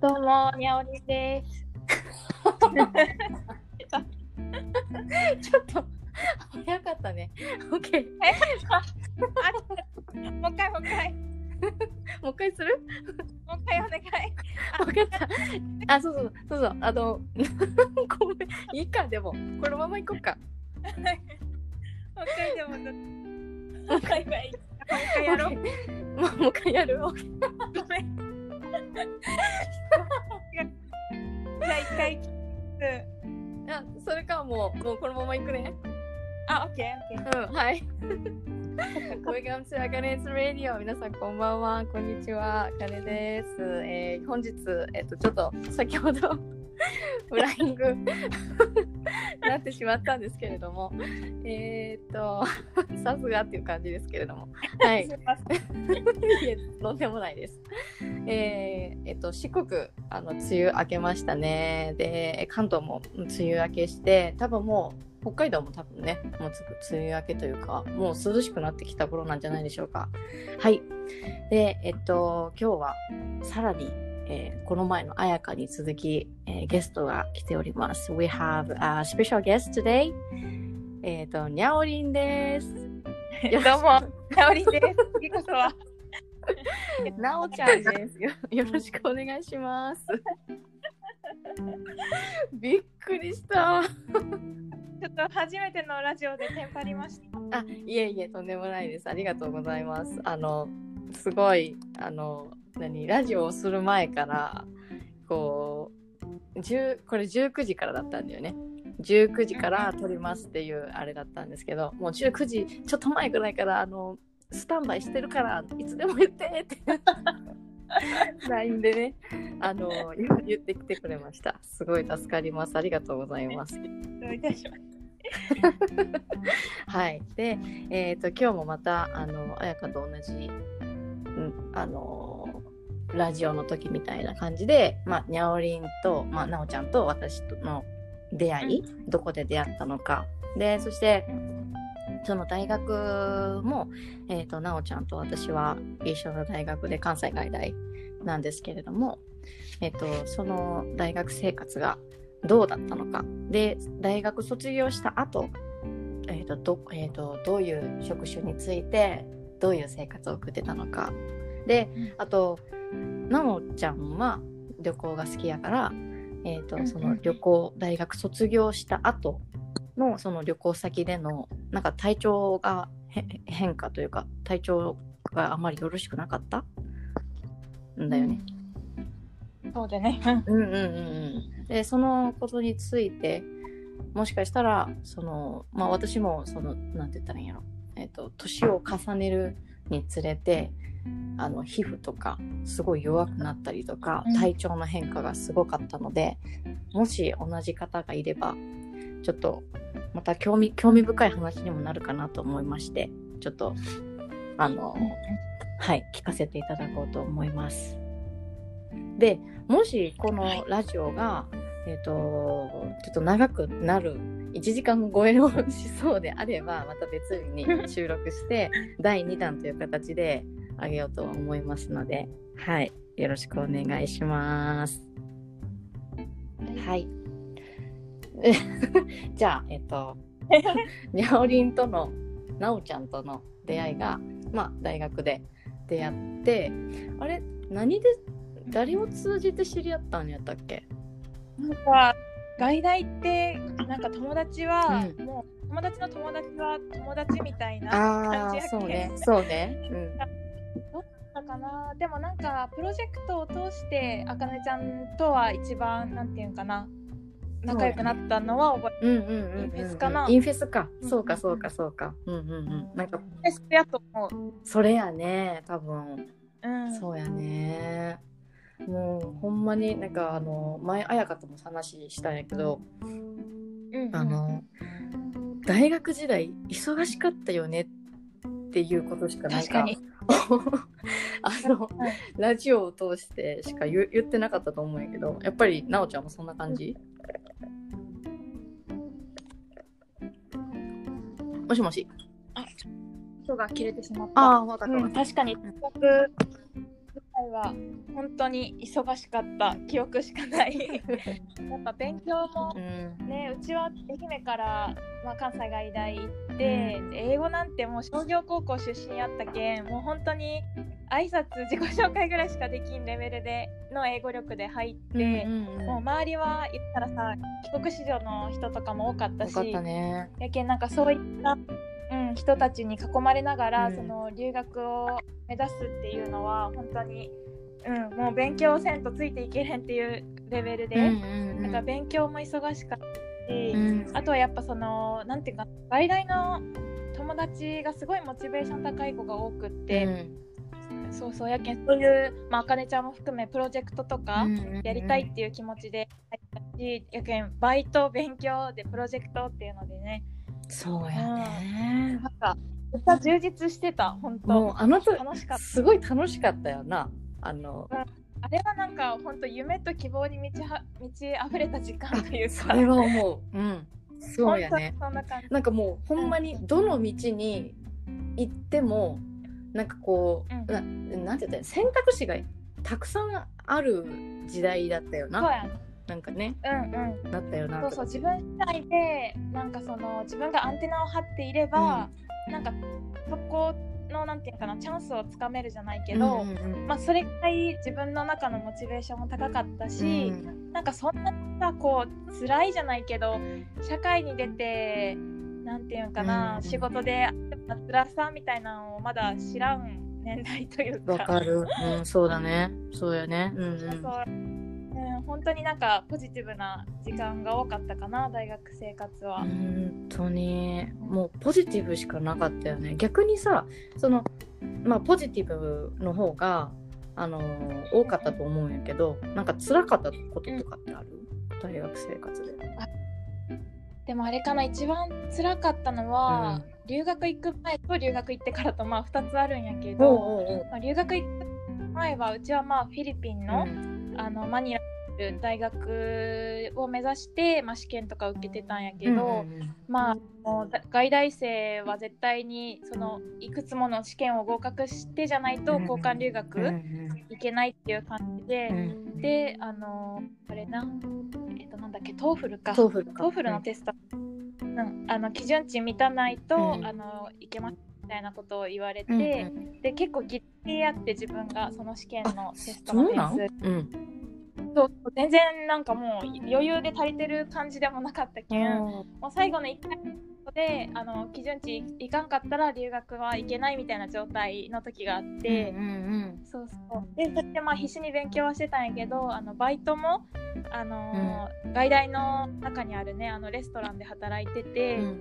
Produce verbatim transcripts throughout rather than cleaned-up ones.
どうも、にゃおりです。 ちょっと早かったね。オッケー。 もう一回もう一回。 もう一回する？ もう一回お願い。 わかった。あ、そうそうそうそう。あの、ごめん。いいか、でもこのまま行こうか。 もう一回でも。もう一回がいい。もう一回やろう。もうもう一回やる。ごめん。じゃあ一回。 うん。あ、それかもうもうこのまま行くね。 あ、オッケーオッケー。 うん、はい。Welcome to Akane's Radio。皆さんこんばんは、こんにちは、あかねです。えー、本日、えっと、ちょっと先ほどフライングなってしまったんですけれども、えー、っと、さすがっていう感じですけれども、はい。いえ、とんでもないです。えー、えっと、四国、あの、梅雨明けましたね。で、関東も梅雨明けして、多分もう、北海道も多分ね、もう梅雨明けというか、もう涼しくなってきた頃なんじゃないでしょうか。はい。で、えっと、今日はさらに、えー、この前のあやかに続き、えー、ゲストが来ております。We have a special guest today. えっと、にゃおりんです。 どうも、にゃおりんです。次こそは。 なおちゃんですよ。よろしくお願いします。びっくりした。 ちょっと初めてのラジオでテンパりました。 あ、いえいえ、とんでもないです。ありがとうございます。あの、すごい、あの、何、ラジオをする前から、こう、じゅうこれじゅうくじからだったんだよね。じゅうくじから撮りますっていうあれだったんですけど、もうじゅうくじちょっと前ぐらいから、あの、スタンバイしてるからいつでも言ってってライン でね、あの言ってきてくれました。すごい助かります。ありがとうございます。 どういたします。 はい。で、えっと今日もまたあのあやかと同じ、うん、あのラジオの時みたいな感じで、まあにゃおりんと、まあ、なおちゃんと私との出会い、うん、どこで出会ったのか。で、そして。その大学も、えーと、なおちゃんと私は一緒の大学で関西外大なんですけれども、えーと、その大学生活がどうだったのか。で、大学卒業した後、えーと、ど、えーと、どういう職種について、どういう生活を送ってたのか。で、あと、なおちゃんは旅行が好きやから、えーと、その旅行、大学卒業した後、のその旅行先でのなんか体調が変化というか体調があまりよろしくなかったんだよね。 うん、そうだね。 うんうんうんうん。でそのことについてもしかしたらそのまあ私もそのなんて言ったらいいんやろ、えっと年を重ねるにつれてあの皮膚とかすごい弱くなったりとか、体調の変化がすごかったので、もし同じ方がいればちょっとまた興味興味深い話にもなるかなと思いまして、ちょっとあのはい聞かせていただこうと思います。で、もしこのラジオがえっとちょっと長くなるいちじかん超えをしそうであれば、また別に収録してだいにだんという形であげようと思いますので、はいよろしくお願いします。はい。じゃあ、えっと、にゃおりんとの、なおちゃんとの出会いが、まあ、大学で出会って、あれ、何で、誰を通じて知り合ったんやったっけ？ なんか、外大って、なんか友達は、うん、もう、友達の友達は友達みたいな感じやっけ。 そうね、そうね。うん。 どうだったかな。でもなんか、プロジェクトを通して、あかねちゃんとは一番、なんていうんかな。仲良くなったのは覚えてる。インフェスかな。 インフェスか。そうかそうかそうか。うんうんうん。なんかインフェスやと思う。 それやね、多分。 うん。 そうやね。もうほんまになんかあの前あやかとも話したんやけど、 うんうん、 あの大学時代忙しかったよねっていうことしかなんか。 確かに。 あのラジオを通してしか 言, 言ってなかったと思うんやけど、やっぱりなおちゃんもそんな感じ？もしもし。 あ、音が切れてしまった。 ああ、わかった、 うん。確かに。 西は本当に忙しかった記憶しかないやっぱ勉強もね、うん、うちは愛媛から、まあ、関西外大行って、うん、英語なんてもう商業高校出身やったけんもう本当に挨拶自己紹介ぐらいしかできんレベルでの英語力で入って、うんうんうん、もう周りは言ったらさ帰国子女の人とかも多かったし、 多かったね、 やけんなんかそういったうん、人たちに囲まれながら、うん、その留学を目指すっていうのは本当に、うん、もう勉強せんとついていけへんっていうレベルで、うんうんうん、なんか勉強も忙しかったし、うん、あとはやっぱそのなんていうか外大の友達がすごいモチベーション高い子が多くって、うん、そうそうやけんそういうまああかねちゃんも含めプロジェクトとかやりたいっていう気持ちで入ったし、やけんバイト勉強でプロジェクトっていうのでね、 そうやね、 うん、なんかめっちゃ充実してた本当。 もうあの時楽しかった、すごい楽しかったよな、あの、 うん、あれはなんか本当夢と希望に満ちは満ち溢れた時間というか、 それは思う、うん、そうやね、そんな感じ、なんかもうほんまにどの道に行ってもなんかこう、うん、な, なんて言ったら選択肢がたくさんある時代だったよな。 そうやね、 なんかね、 うんうん、 だったよな。 そうそう自分次第でなんかその自分がアンテナを張っていれば、うん、なんかそこのなんていうかなチャンスをつかめるじゃないけど、うんうんうん、まあそれくらい自分の中のモチベーションも高かったし、うん、なんかそんなさこう辛いじゃないけど社会に出てなんていうかな、うん、仕事で辛さみたいなのをまだ知らん年代というか。 わかる、うん、そうだね、そうやね、うんうん、 そうそう、うん、本当になんかポジティブな時間が多かったかな、大学生活は。 本当にもうポジティブしかなかったよね。逆にさ、そのまあポジティブの方があのー、多かったと思うんやけど、なんか辛かったこととかってある？大学生活で。 あ、でもあれかな、一番辛かったのは、うん、留学行く前と留学行ってからとまあふたつあるんやけど、おうおうおう、まあ、留学行く前はうちはまあフィリピンの、うん、あのマニラの大学を目指して、まあ、試験とか受けてたんやけど、うんうんうん、まあもう外大生は絶対にそのいくつもの試験を合格してじゃないと交換留学行けないっていう感じで、うんうん、であのあれな、えっとなんだっけ、トーフルか、トーフルか、トーフルのテスト、うん、あの基準値満たないと、うん、あのいけますみたいなことを言われて、うんうん、で結構ギリギリやって自分がその試験のテストの点数、そう全然なんかもう余裕で足りてる感じでもなかったけん、もう最後のいっかいであの基準値いかんかったら留学はいけないみたいな状態の時があって、うんうんうん、そうそうでそれでまあ必死に勉強はしてたんやけど、あのバイトもあの、うん、外大の中にあるねあのレストランで働いてて、うんうんうん、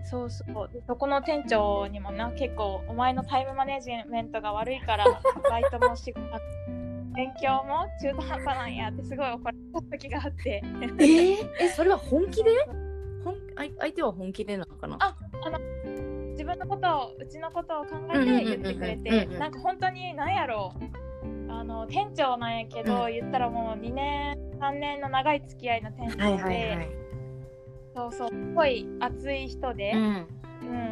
そうそうでそこの店長にもな結構お前のタイムマネジメントが悪いからバイトもし勉強も中途半端なんやってすごい怒られた時があってえー、えそれは本気で本相手は本気でなのかな。 ああの自分のことをうちのことを考えて言ってくれて、なんか本当に何やろう、あの店長なんやけど、うん、言ったらもうにねんさんねんの長い付き合いの店長で、はいはいはい、そうそうすごい熱い人で、うんうん、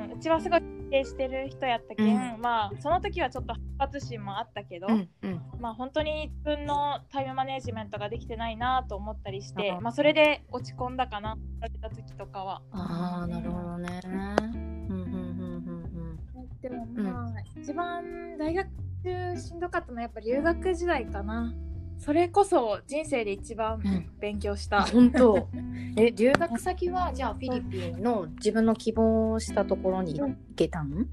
うちはすごい否定してる人やったけん、うん、まあその時はちょっと反発心もあったけど、うんうん、まあ本当に自分のタイムマネジメントができてないなと思ったりして、まあそれで落ち込んだかな、られた時とかは。 ああなるほどね。 でもまあ、うん、一番大学中しんどかったのはやっぱ留学時代かな。それこそ人生で一番勉強した、 うん、本当え留学先はじゃあフィリピンの自分の希望したところに行けたん？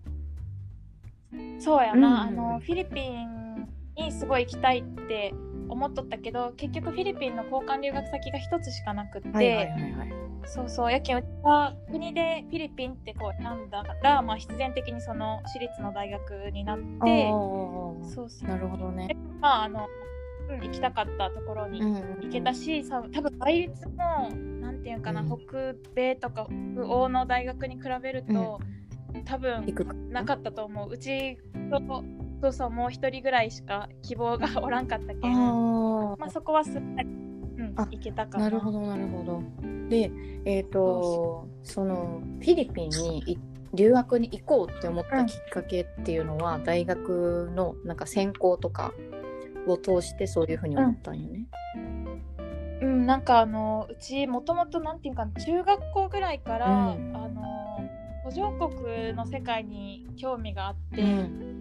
そうやな、うん、あのフィリピンにすごい行きたいって思っとったけど結局フィリピンの交換留学先が一つしかなくって、はいはいはいはい、そうそうやけんうちは国でフィリピンってこう選んだから、まあ、必然的にその私立の大学になって、 そうそうなるほどね。 まああのうん、行きたかったところに行けたし、うんうん、多分倍率もなんていうかな、うん、北米とか北欧の大学に比べると、うん、多分なかったと思う。うちとそうそうもう一人ぐらいしか希望がおらんかったけん、あ、まあ、そこはすっかり、うん、行けたかな。 なるほどなるほど。でえっ、ー、とそのフィリピンに留学に行こうって思ったきっかけっていうのは、うん、大学のなんか専攻とかを通してそういうふうに思ったんよね。 うん、うん、なんかあのうちもともとなんていうか中学校ぐらいから、うん、あの途上国の世界に興味があって、うん、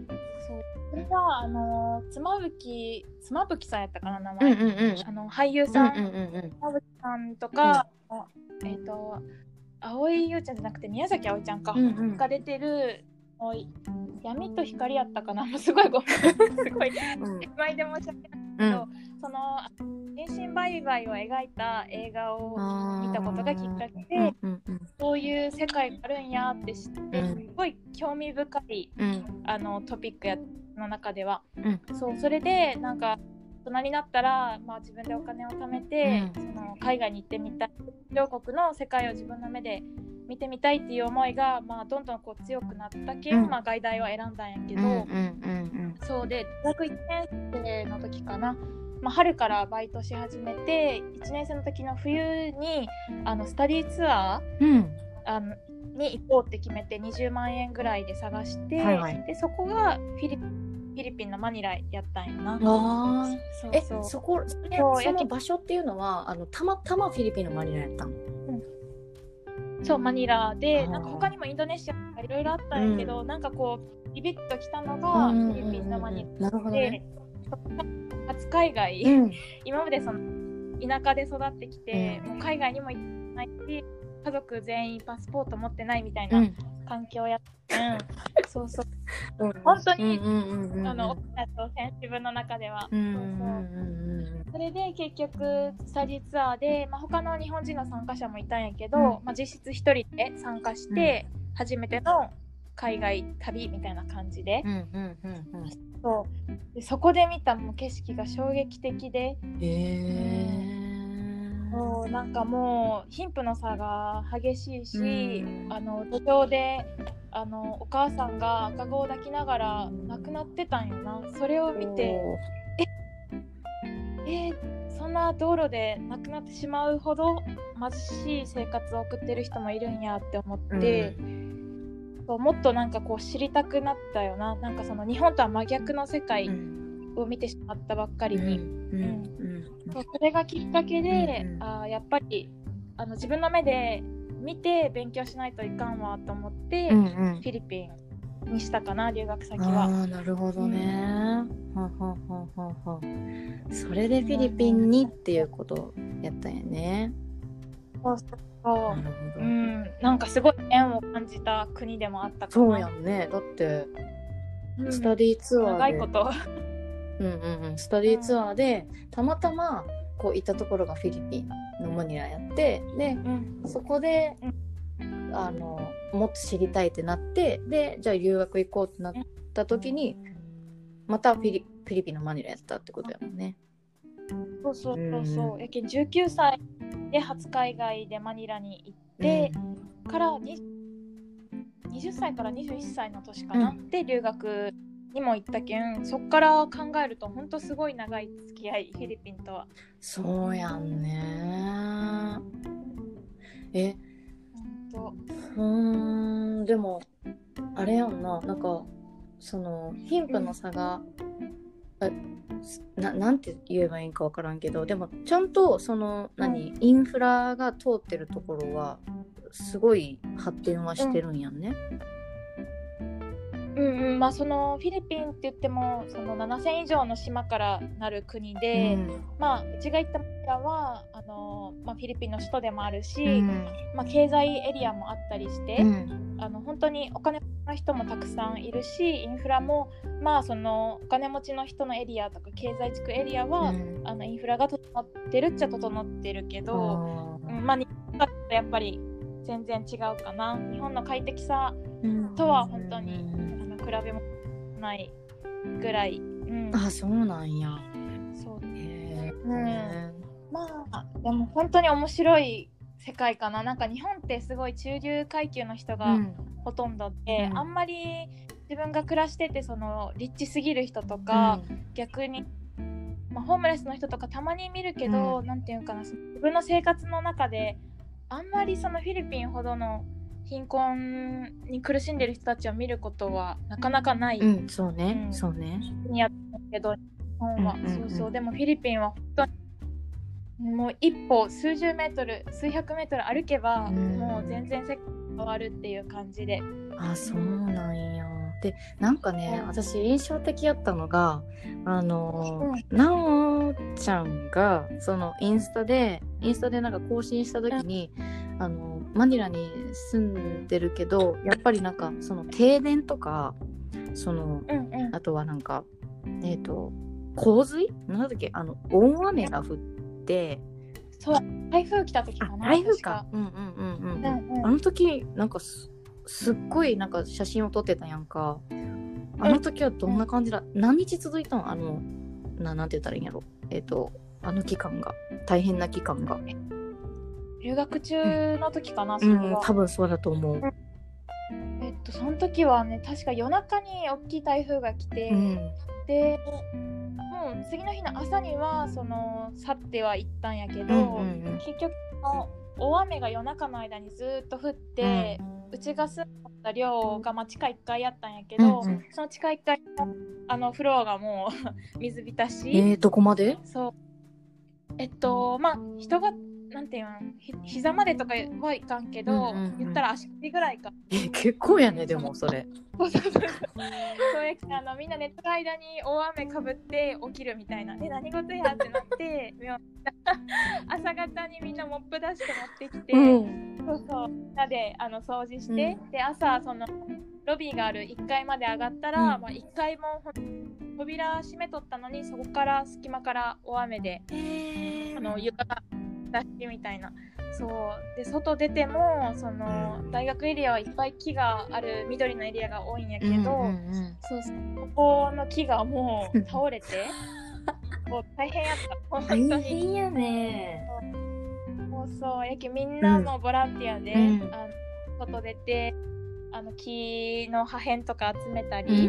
そうそれはあの妻夫木妻夫木さんやったかな名前、うんうんうん、あの俳優さん、うんうんうん、妻夫木さんとか、うん、えっ、ー、と蒼井優ちゃんじゃなくて宮崎あおいちゃんか、うんうん、が出てる闇と光やったかな、もうすごいごめんすごい前で申し訳ないけど、うん、その人身売買を描いた映画を見たことがきっかけで、うんうんうん、そういう世界があるんやって知って、うん、すごい興味深い、うん、あのトピックやの中では、うん、そうそれでなんか大人になったら、まあ、自分でお金を貯めて、うん、その海外に行ってみたい、両国の世界を自分の目で見てみたいっていう思いが、まあ、どんどんこう強くなったけ、うんまあ、外大を選んだんやけど、うんうんうんうん、そうで大学いちねん生の時かな、まあ、春からバイトし始めていちねん生の時の冬にあのスタディーツアー、うん、あのに行こうって決めてにじゅうまんえんぐらいで探して、はいはい、でそこがフィリピンフィリピンのマニラやったんやな。あそうそうえそこそれその場所っていうのはあのたまたまフィリピンのマニラやったの、 うん、そうマニラでなんか他にもインドネシアとかいろいろあったんやけど、うん、なんかこうビビッときたのがフィリピンのマニラで、なるほどね、初海外、うん、今までその田舎で育ってきて、うん、もう海外にも行ってないし家族全員パスポート持ってないみたいな環境やって、うん、そうそううん、本当に、うんうんうんうん、あの大きな挑戦自分の中では、うんうんうんうん、それで結局スタディツアーで、まあ、他の日本人の参加者もいたんやけど、うんまあ、実質一人で参加して初めての海外旅みたいな感じで、うんうんうんうん、そうでそこで見たもう景色が衝撃的で、へー、そうなんかもう貧富の差が激しいし、うん、あの路上であのお母さんが赤子を抱きながら亡くなってたんよな。それを見てええそんな道路で亡くなってしまうほど貧しい生活を送ってる人もいるんやって思って、うん、そうもっとなんかこう知りたくなったよな。なんかその日本とは真逆の世界を見てしまったばっかりに、うんうんうん、そうそれがきっかけで、うんうん、あやっぱりあの自分の目で見て勉強しないといかんわと思って、うんうん、フィリピンにしたかな留学先は。 あなるほどね、うん、はははははそれでフィリピンにっていうことやったんやね。 そうそうそうなるほど、うん、なんかすごい縁を感じた国でもあったかな。 そうやんね。だってスタディツアーで、うん、 長いことうんうんうんスタディツアーで、うん、たまたまこう行ったところがフィリピンのマニラやってで、うん、そこで、うん、あのもっと知りたいってなってでじゃあ留学行こうってなった時にまたフィリ、フィリピンのマニラやったってことやもんね。 そうそうそうそう、うん、やけんじゅうきゅうさいで初海外でマニラに行って、うん、からはたちからにじゅういっさいの年かな、うん、で留学にも行ったけんそっから考えるとほんとすごい長い付き合いフィリピンとは。 そうやんねえほんとうーんでもあれやんななんかその貧富の差が、うん、な, なんて言えばいいんか分からんけどでもちゃんとその何、うん、インフラが通ってるところはすごい発展はしてるんやんね。 うんうんまあ、そのフィリピンって言ってもそのななせん以上の島からなる国で、うんまあ、うちが行ったマニラはあの、まあ、フィリピンの首都でもあるし、うんまあ、経済エリアもあったりして、うん、あの本当にお金の人もたくさんいるしインフラも、まあ、そのお金持ちの人のエリアとか経済地区エリアは、うん、あのインフラが整ってるっちゃ整ってるけど、うんまあ、日本だとやっぱり全然違うかな。日本の快適さとは本当に、うん比べもないぐらい、うん、 あそうなんや。 そうへー、うん、まあでも本当に面白い世界かな。なんか日本ってすごい中流階級の人がほとんどで、うん、あんまり自分が暮らしててそのリッチすぎる人とか、うん、逆に、まあ、ホームレスの人とかたまに見るけど、うん、なんていうかな自分の生活の中であんまりそのフィリピンほどの貧困に苦しんでる人たちを見ることはなかなかない、 うん、そうね、 うん、 そうね。 にやったけど日本は、 うんうんうん、 そうそうでもフィリピンは本当にもう一歩数十メートル数百メートル歩けば、うん、もう全然世界が変わるっていう感じで。 あ、そうなんや。でなんかね、うん、私印象的やったのがあの、うん、なおちゃんがそのインスタでインスタでなんか更新した時に、うん、あのマニラに住んでるけどやっぱりなんかその停電とかその、うんうん、あとはなんかえっと洪水なんだっけ、あの大雨が降ってそう台風来た時かな。 台風か、うんうんうんうん、うんうん、あの時なんか す, すっごいなんか写真を撮ってたやんか。あの時はどんな感じだ、うん、何日続いたの、あの な, なんて言ったらいいんやろ、えっ、ー、とあの期間が大変な期間が留学中の時かな、 うん、それは、うん、多分そうだと思う。 えっとその時はね確か夜中に大きい台風が来て、うん、でもう次の日の朝にはその去ってはいったんやけど、うんうんうん、結局大雨が夜中の間にずっと降って、うん、うちが住んだ寮が、まあ、地下いっかいあったんやけど、うんうん、その地下いっかいのあのフロアがもう水浸し。 えー、どこまで？ そうえっとまあ人がなんていうの ひ, 膝までとかはいかんけど、うんうんうん、言ったら足首ぐらいか。 え結構やねでもそれ。 そうそうそうそうあのみんな寝てる間に大雨かぶって起きるみたいな。で何事やってなって朝方にみんなモップ出して持ってきて、うん、そうそうみんなであの掃除して、うん、で朝そのロビーがあるいっかいまで上がったら、うんまあ、いっかいも扉閉めとったのにそこから隙間から大雨で、あの床がみたいな。そうで外出てもその大学エリアはいっぱい木がある緑のエリアが多いんやけど、うんうんうん、そうそこの木がもう倒れてもう大変やった本当に大変やね。 そうそうやけみんなもボランティアで、うん、あの外出てあの木の破片とか集めたり、うん、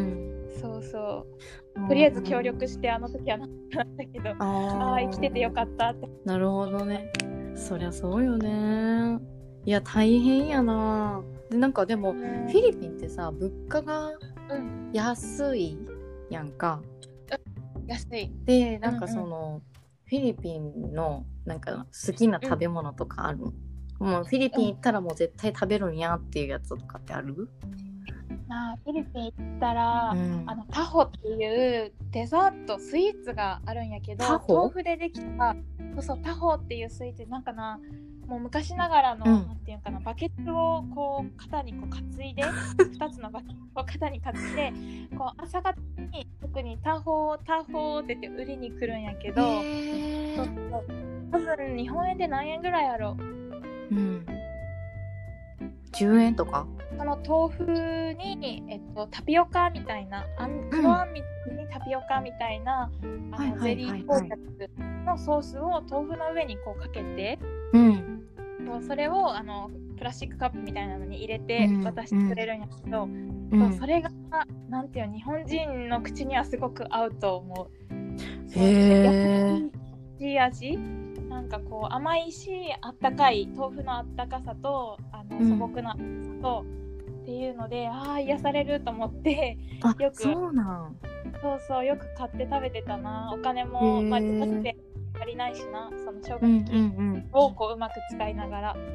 そうそうとりあえず協力してあの時はなったけど、ああ生きててよかったって。 なるほどね。そりゃそうよね。いや大変やな。でなんかでも、うん、フィリピンってさ物価が安いやんか、 うん、安いでなんかその、うんうん、フィリピンのなんか好きな食べ物とかある、うん、もうフィリピン行ったらもう絶対食べるんやっていうやつとかってある？ まあ、フィリピン行ったら、うん、あのタホっていうデザートスイーツがあるんやけど、豆腐でできたそうそうタホっていうスイーツなんかな、もう昔ながらの、うん、なんていうかなバケツをこう肩にこう担いでふたつのバケツを肩に担いでこう朝方に特にタホタホって言って売りに来るんやけど、そうそう多分日本円で何円ぐらいやろう、うん、じゅうえんとか。 その豆腐に、えっと、タピオカみたいなあん黒あんみたいにタピオカみたいな、うん、あのゼリー紅茶のソースを豆腐の上にこうかけて、うん、それをあのプラスチックカップみたいなのに入れて渡してくれるんやけど、うんうん、そうそれがなんていう日本人の口にはすごく合うと思う。 へー。 いい味なんかこう甘いしあったかい豆腐のあったかさとあの素朴な甘さと、うんっていうのでああ癒されると思ってよくそうなんそうそうよく買って食べてたな。お金もまあ自分で足りないしな、その奨学金をこううまく使いながら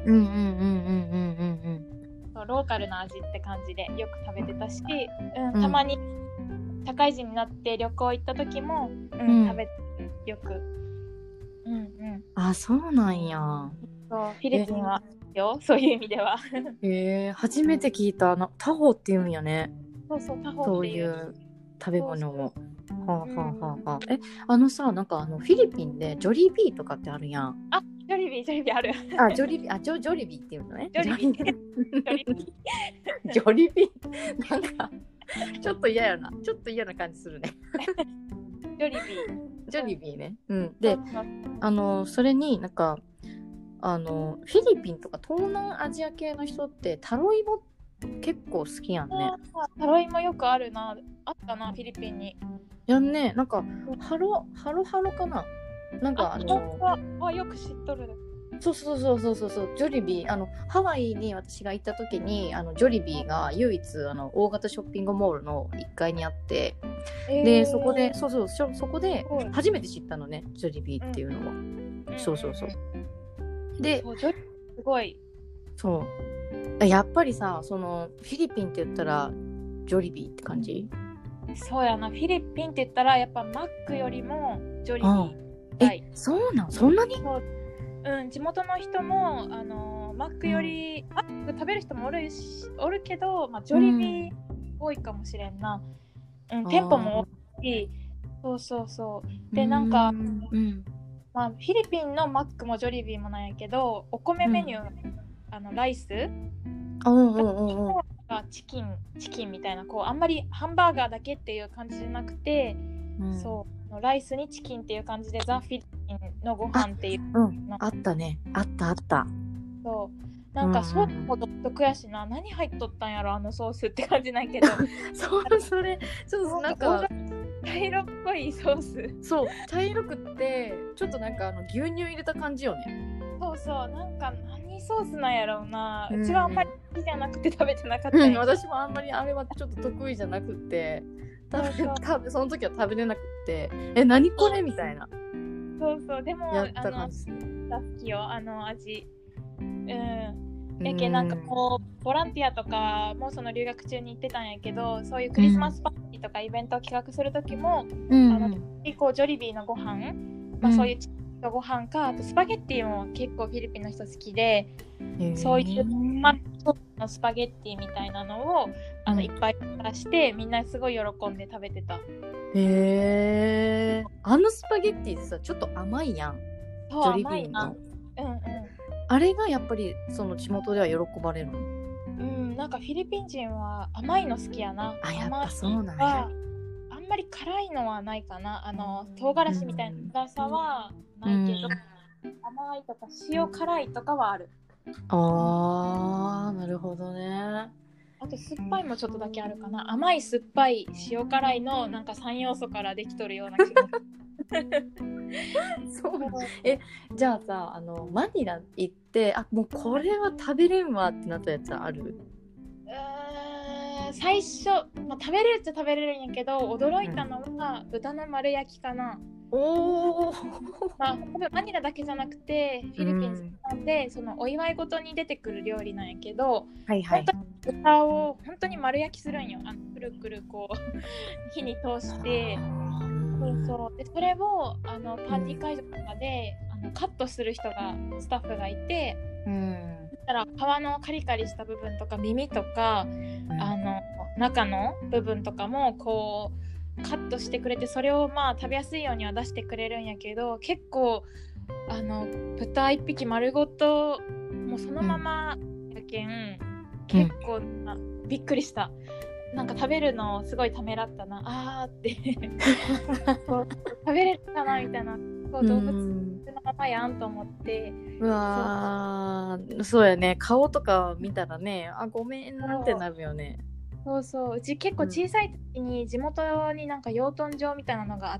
ローカルな味って感じでよく食べてたし、うん、たまに社会人になって旅行行った時も、うんうん、食べてよく、うんうん、 あそうなんや。 そうフィリピンはよそういう意味ではへえ初めて聞いたな。タホって言うんやね。 そうそうタホっていう、 そういう食べ物を。はあはあはあはあ、えあのさなんかあのフィリピンでジョリビーとかってあるやん。 あジョリビージョリビーある。 あジョリビーあジョジョリビーっていうのね。 ジョリビージョリビーなんかちょっと嫌やなちょっと嫌な感じするね。 ジョリビージョリビーね。うんであのそれになんかあのフィリピンとか東南アジア系の人ってタロイモ結構好きやんね。 タロイモよくあるな。あったなフィリピンに。 やんねなんかハロハロハロかななんかあのあよく知っとる。 そうそうそうそうそうそう、ジョリビー、あのハワイに私が行った時に、あのジョリビーが唯一あの大型ショッピングモールのいっかいにあって、えー、でそこでそうそうそそこで初めて知ったのね、ジョリビーっていうのは、うん、そうそうそう。で、 そうジョリすごい、 そうやっぱりさ、そのフィリピンって言ったらジョリビーって感じ。 そうやな、フィリピンって言ったらやっぱマックよりもジョリビー、 え、そうなん、そんなに。 うん、地元の人もあのマックより、うん、マック食べる人もおるしおるけど、まあ、ジョリビー多いかもしれんな、うん、店舗も多い。そうそうそうで、なんか、うんまあ、フィリピンのマックもジョリビーもなんやけど、お米メニュー、うん、あのライス、 うんうんうん、 チキンチキンみたいな、こうあんまりハンバーガーだけっていう感じじゃなくて、うん、そうライスにチキンっていう感じでザ・フィリピンのご飯っていうあ,、うん、あったね、あったあった。 そうなんかソースも独特やしな、うん、何入っとったんやろあのソースって感じないけどそうそれちょっとなんか茶色っぽいソース、 そう茶色くってちょっとなんかあの牛乳入れた感じよね。 そうそうなんか何ソースなんやろうな、うん、うちはあんまり好きじゃなくて食べてなかったんや、うん、 私もあんまりあれはちょっと得意じゃなくて食べその時は食べれなくってえ何これみたいな。 そうそうでもやった感じあの好きよあの味。うんやけなんかこうボランティアとかもその留学中に行ってたんやけど、そういうクリスマスパーティーとかイベントを企画する時も、うん、あの結構ジョリビーのご飯、うんまあ、そういうチキンのご飯か、あとスパゲッティも結構フィリピンの人好きで、そういうマットのスパゲッティみたいなのをあのいっぱい出してみんなすごい喜んで食べてた。 へー、あのスパゲッティってさちょっと甘いやん。 そう、甘いな。うんうん。 あれがやっぱりその地元では喜ばれるの。うん、なんかフィリピン人は甘いの好きやな。 あ、やっぱそうなんや。 あんまり辛いのはないかな。あの唐辛子みたいな辛さはないけど、うん、甘いとか塩辛いとかはある。 あー、なるほどね。 あと酸っぱいもちょっとだけあるかな。甘い酸っぱい塩辛いのなんかさん要素からできとるような気がする。 そうえじゃあさ、あのマニラ行ってあもうこれは食べれんわってなったやつある？ うーん最初、まあ、食べれるっちゃ食べれるんやけど驚いたのは、うん、豚の丸焼きかな。 おお、 まあ、多分マニラだけじゃなくてフィリピンなんで、うん、そのお祝い事に出てくる料理なんやけど、 はいはい、 本当に豚を本当に丸焼きするんよ。あのくるくるこう火に通して。そうそうでそれをあのパーティー会場とかで、うん、あのカットする人がスタッフがいて、うん、そしたら皮のカリカリした部分とか耳とか、うん、あの中の部分とかもこうカットしてくれて、それをまあ食べやすいようには出してくれるんやけど、結構あの豚一匹丸ごともうそのままやけん、うん、結構、うん、びっくりした。なんか食べるのすごいためらったなあーって食べれるかなみたいな、そう動物のままやんと思って、 うわー、そうやね、顔とか見たらね、あごめんなんてなるよね。 そうそう、うち結構小さい時に地元になんか養豚場みたいなのがあって、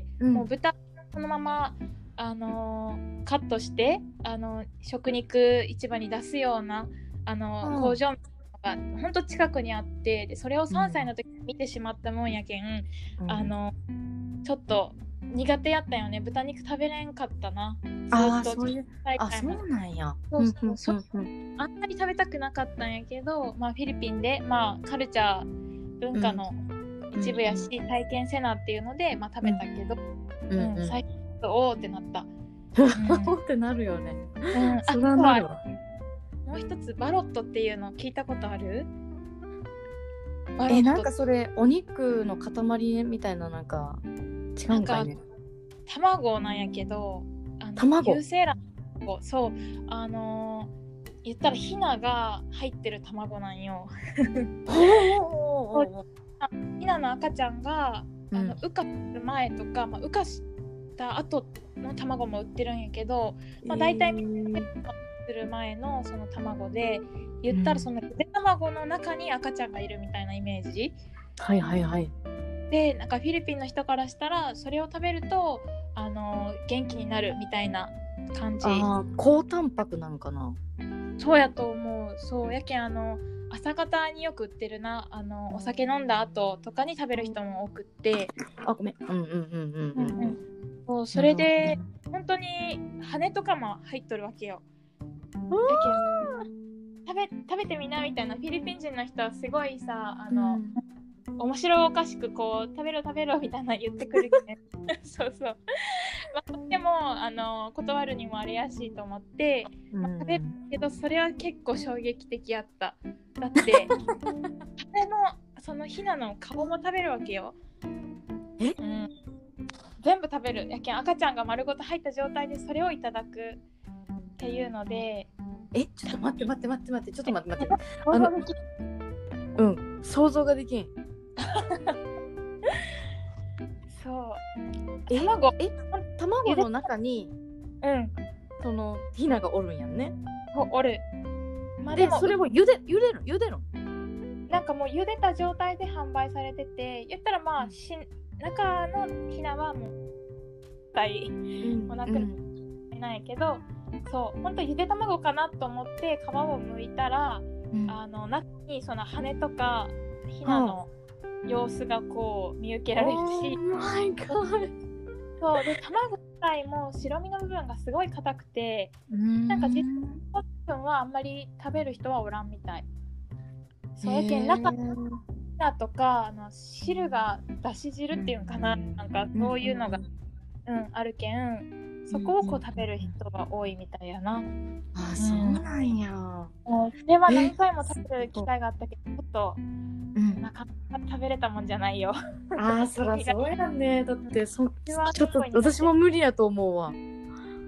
うん、もう豚そのままあのー、カットしてあの食肉市場に出すようなあの、うん、工場が本当近くにあって、でそれをさんさいの時に見てしまったもんやけん、うん、あのちょっと苦手やったよね。豚肉食べれんかったな。 あそういうあそうなんや。 そうそうそう、うん、あんまり食べたくなかったんやけど、まあ、フィリピンで、まあ、カルチャー文化の一部やし、うん、体験せなっていうので、まあ、食べたけど、うんうん、最初おーってなった。 おーってなるよね。うん、それはなるわ。 もう一つバロットっていうの聞いたことある？ えなんかそれお肉の塊みたいななんか違うんかいね。 卵なんやけど、あの卵有精卵、そうあのー、言ったらヒナが入ってる卵なんよ。ヒナの赤ちゃんが、うん、あの羽化する前とか、まあ、羽化した後の卵も売ってるんやけど、まあ、大体みんなする前のその卵で、言ったらそのゆで卵の中に赤ちゃんがいるみたいなイメージ。 はいはいはい。 でなんかフィリピンの人からしたらそれを食べるとあの元気になるみたいな感じ。 あー、高タンパクなんかな。 そうやと思う。そうやけん、あの朝方によく売ってるな、あのお酒飲んだ後とかに食べる人も多くって、 あ、ごめん。うんうんうんうんうんうん。 そうそれで本当に羽とかも入っとるわけよ。やけん食べ食べてみなみたいな、フィリピン人の人はすごいさ、あの、うん、面白おかしくこう食べろ食べろみたいな言ってくるけどそうそう、まあ、でもあの断るにもあれやしと思って、まあ、食べるけどそれは結構衝撃的やった。だって羽のそのヒナの皮も食べるわけよ。 え、 うん、全部食べる。やけん赤ちゃんが丸ごと入った状態でそれをいただくっていうので、 え、ちょっと待って待って待って待ってちょっと待って待ってあのうん想像ができんそう卵え卵の中にうんそのヒナがおるんやんね。 おる、 まあ、でもそれも茹で茹でる茹でるなんかもう茹でた状態で販売されてて、言ったらまあし中のヒナはもう大、うん、もうなくないけど、うん、そう本当ゆで卵かなと思って皮を剥いたら、うん、あの中にその羽とかヒナの様子がこう見受けられるし、 oh my god、 そうで卵自体も白身の部分がすごい硬くて、んなんか実の部分はあんまり食べる人はおらんみたい。そうやけん中とかあの汁がだし汁っていうのかな、なんかそういうのが、うん、あるけんそこをこう食べる人が多いみたいやな。 あ、そうなんや。 では何回も食べる機会があったけどちょっと、うん、なかなか食べれたもんじゃないよ。 ああ、そらそうやね。だってそちょっと私も無理やと思うわ。うん、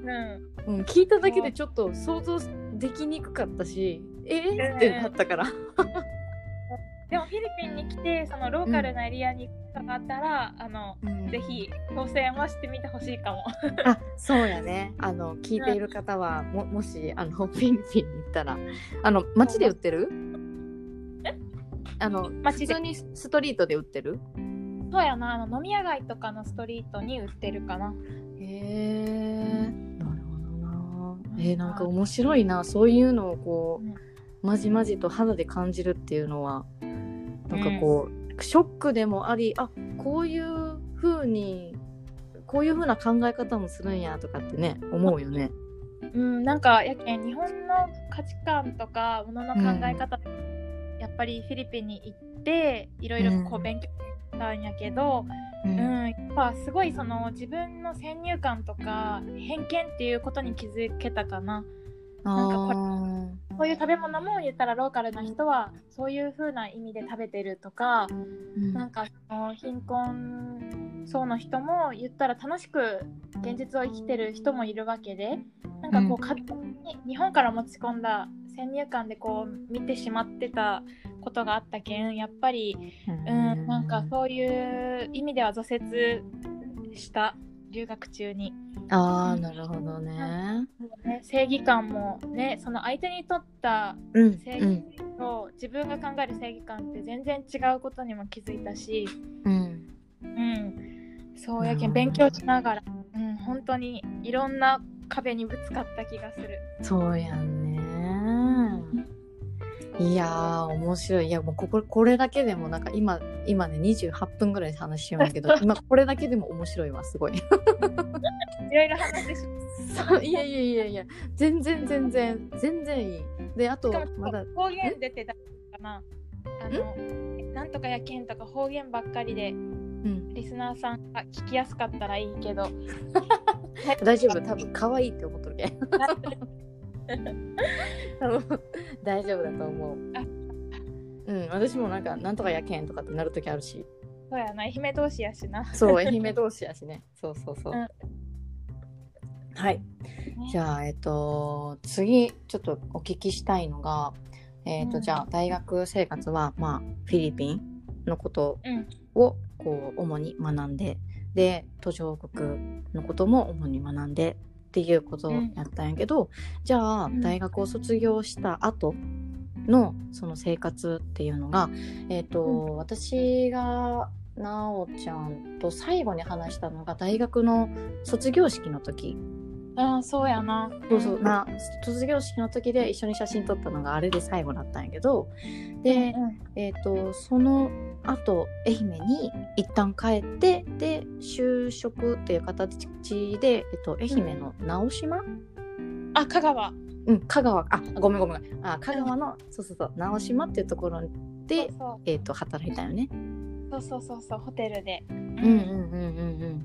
うん、聞いただけでちょっと想像できにくかったし、えー、ってなったから。 でもフィリピンに来てそのローカルなエリアに行くことがあったら、うん、あの、うん、ぜひ挑戦はしてみてほしいかも。 あ、そうやね。あの聞いている方は、うん、も, もしあのフィリピンに行ったらあの街で売ってる？あの普通にストリートで売ってる？ そうやな、あの飲み屋街とかのストリートに売ってるかな。 へえ、なるほどな。えー、なんか面白いな、そういうのをこう、うん、まじまじと肌で感じるっていうのはなんかこう、うん、ショックでもあり、あ、こういう風にこういう風な考え方もするんやとかってね思うよね。 うん、なんかやけん日本の価値観とかものの考え方、うん、やっぱりフィリピンに行っていろいろこう勉強したんやけど、うんうん、やっぱすごいその自分の先入観とか偏見っていうことに気づけたかな。なんかこれこういう食べ物も言ったらローカルな人はそういう風な意味で食べてるとか、うん、なんかその貧困層の人も言ったら楽しく現実を生きてる人もいるわけで、なんかこう勝手に日本から持ち込んだ先入観でこう見てしまってたことがあったけん、やっぱり、うん、なんかそういう意味では挫折した留学中に。 あー、なるほどね。 ね、正義感もね、その相手にとった正義と自分が考える正義感って全然違うことにも気づいたし、うんうん、そうやけん勉強しながら、うん、本当にいろんな壁にぶつかった気がする。 そうやんね。いやー面白い。いやもうこここれだけでもなんか今今ねにじゅうはっぷんぐらい話しようんだけど今これだけでも面白いわ、すごい。いろいろ話しそういやいやいやいや全然全然全然いい。であとまだ方言出てたかな、あのなんとかやけんとか方言ばっかりで、うん、リスナーさんが聞きやすかったらいいけど大丈夫、多分可愛いって思っとるけん大丈夫だと思う。うん、私もなんかなんとかやけんとかってなるときあるし。 そうやな、愛媛同士やしな。 そう、愛媛同士やしね。そうそうそう、うん、はい、ね、じゃあえっと次ちょっとお聞きしたいのがえっと、うん、じゃあ大学生活はまあフィリピンのことをこう主に学んで、で途上国のことも主に学んでっていうことをやったんやけど、うん、じゃあ大学を卒業した後のその生活っていうのが、えーとうん、私がなおちゃんと最後に話したのが大学の卒業式の時ああ、そうやな。 そうそう、な卒業式の時で一緒に写真撮ったのがあれで最後だったんやけど、で、 うんうん、 えっとその後愛媛に一旦帰って、で就職っていう形で、えっと、愛媛の直島、うん、 あ、香川、 うん、香川、あ、ごめんごめん、あ、香川の、うん、そうそうそう、直島っていうところで、そうそう、えっと、働いたよね。 そうそうそうそう、ホテルで。 うんうんうんうんうん。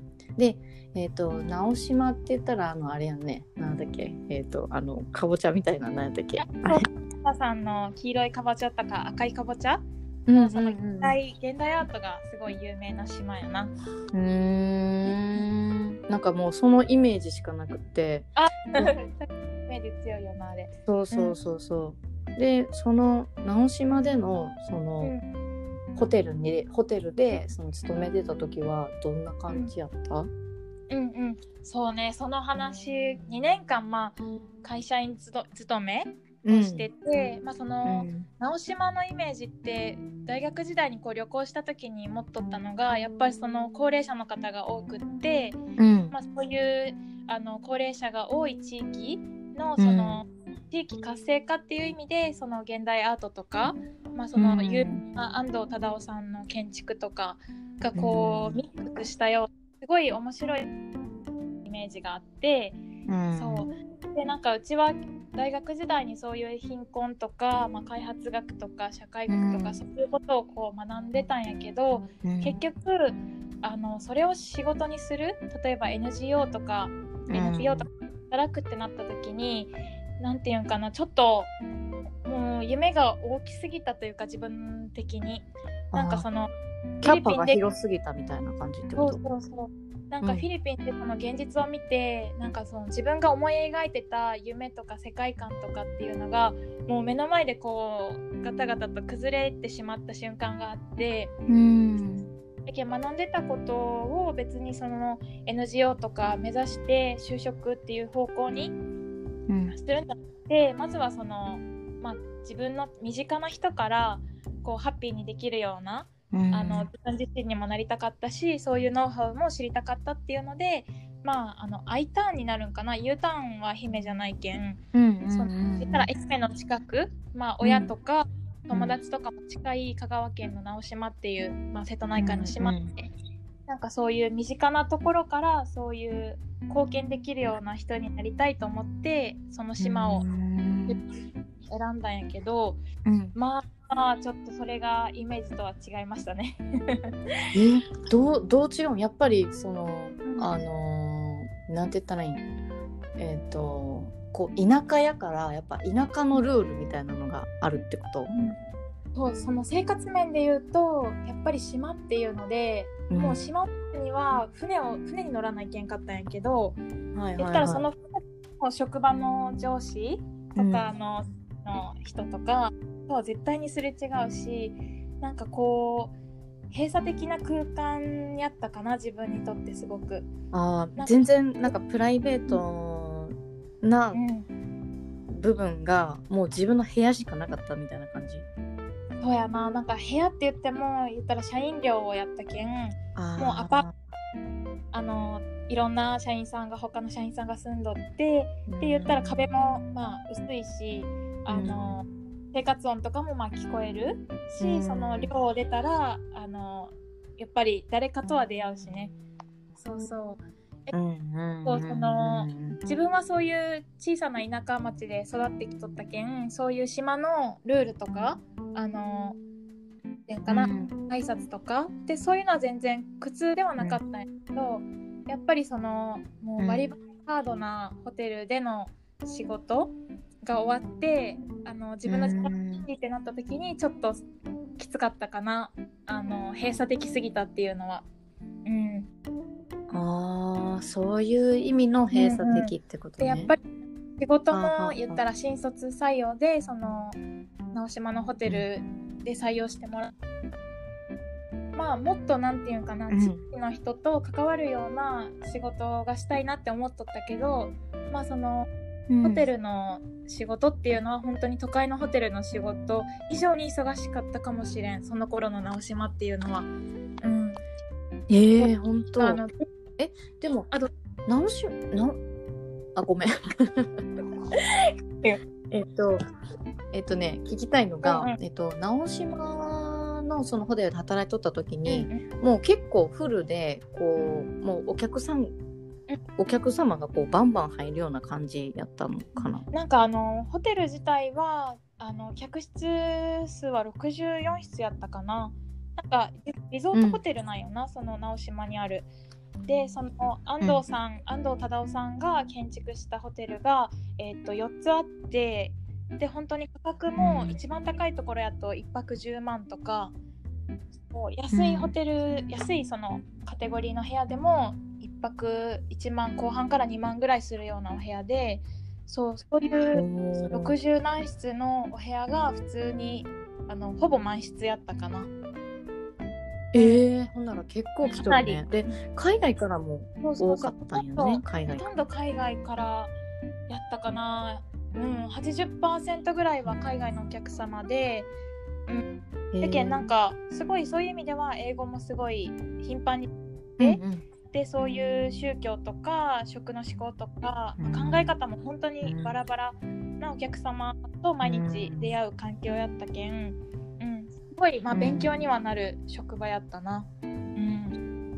で、えっ、ー、と直島って言ったらあのあれやんね、なんだっけ、えっ、ー、とあのかぼちゃみたいな、なんだっけ、 母さんの黄色いかぼちゃとか赤いかぼちゃ、 うんうんうん、 その現代現代アートがすごい有名な島やな。 うーん、なんかもうそのイメージしかなくて、 あ、イメージ強いよなあれ。 そうそうそうそう、うん、でその直島でのその、うんホテルにホテルでその勤めてた時はどんな感じやった？ うんうん、そうね、その話にねんかん、まあ、会社員勤めをしてて、うん、まあ、その、うん、直島のイメージって大学時代にこう旅行した時に持っとったのがやっぱりその高齢者の方が多くって、うんまあ、そういうあの高齢者が多い地域のその、うん、地域活性化っていう意味でその現代アートとか、まあ、その有名な安藤忠雄さんの建築とかがこうミックスしたようなすごい面白いイメージがあって、うん、そうでなんかうちは大学時代にそういう貧困とか、まあ、開発学とか社会学とか、うん、そういうことをこう学んでたんやけど、うん、結局あのそれを仕事にする、例えば エヌジーオー とか エヌピーオー とか働くってなった時に、うん、なんていうんかな、ちょっともう夢が大きすぎたというか、自分的になんかそのキャパが広すぎたみたいな感じってこと？ そうそうそう、なんかフィリピンってその現実を見て、うん、なんかその自分が思い描いてた夢とか世界観とかっていうのがもう目の前でこうガタガタと崩れてしまった瞬間があって、うん、学んでたことを別にその エヌジーオー とか目指して就職っていう方向にするんじゃなくて、うん、まずはその、まあ、自分の身近な人からこうハッピーにできるような、うん、あの自分自身にもなりたかったし、そういうノウハウも知りたかったっていうので、まあ、あの I ターンになるんかな、 U ターンは姫じゃないけん、うんうんうん、その言ったら愛媛の近く、まあ、親とか友達とかも近い香川県の直島っていう、まあ、瀬戸内海の島って、うんうん、なんかそういう身近なところからそういう貢献できるような人になりたいと思ってその島を選んだんやけど、うん、まあちょっとそれがイメージとは違いましたねえどう、どう違うん？やっぱりその、うん、あのなんて言ったらいいん、えっとこう田舎やからやっぱ田舎のルールみたいなのがあるってこと？ うん、そう、その生活面で言うとやっぱり島っていうので、うん、もう島には船を船に乗らないけんかったんやけど、はいはいはい、言ったらその職場の上司とかの、うん、の人とかとは絶対にすれ違うし、なんかこう閉鎖的な空間やったかな、自分にとってすごく。 あ、全然なんかプライベートな部分がもう自分の部屋しかなかったみたいな感じ？ そうやな、なんか部屋って言っても言ったら社員寮をやったけん、もうアパあのいろんな社員さんが他の社員さんが住んどって、うん、で言ったら壁もまあ薄いし、あの、うん、生活音とかもまあ聞こえるし、うん、その寮を出たらあのやっぱり誰かとは出会うしね、そうそう、うんうんうん、その自分はそういう小さな田舎町で育ってきとったけん、そういう島のルールとかあのっていうかな、うん、挨拶とかでそういうのは全然苦痛ではなかったんやけど、うん、やっぱりそのもうバリバリハードなホテルでの仕事が終わって、あの自分の時間についてなった時にちょっときつかったかな、あの閉鎖的すぎたっていうのは。うん、 ああ、そういう意味の閉鎖的ってことね。 うんうん、でやっぱり仕事も言ったら新卒採用でその直島のホテルで採用してもらう、まあもっとなんていうかな、うん、地域の人と関わるような仕事がしたいなって思っとったけど、まあその、うん、ホテルの仕事っていうのは本当に都会のホテルの仕事以上に忙しかったかもしれん、その頃の直島っていうのは。うん、 えー、本当。あのえでもあと直島なあごめんえっとえっとね聞きたいのが、 うんうん、 えっと直島のそのホテルで働いとった時に、 うんうん、 もう結構フルでこうもうお客さんお客様がこうバンバン入るような感じやったのかな。 なんかあのホテル自体はあの客室数はろくじゅうよん室やったかな。なんかリゾートホテルなんよな、うん、その直島にある。でその安藤さん、うん、安藤忠雄さんが建築したホテルが、えー、とよっつあって、で本当に価格も一番高いところやといっぱくじゅうまんとか、安いホテル、うん、安いそのカテゴリーの部屋でもいっぱくいちまんこう半からにまんぐらいするようなお部屋で、そう、そういうろくじゅう何室のお部屋が普通にあのほぼ満室やったかな。 えー、ほんなら結構来とるね。で海外からも多かったんよね。海外ほとんど海外からやったかな。うん、はちじゅっパーセントぐらいは海外のお客様で、うん、だけどなんかすごいそういう意味では英語もすごい頻繁にで、うんうん、でそういう宗教とか食の思考とか、うん、考え方も本当にバラバラなお客様と毎日出会う環境やったけん、うん、すごい、まあ、勉強にはなる職場やったな。うん、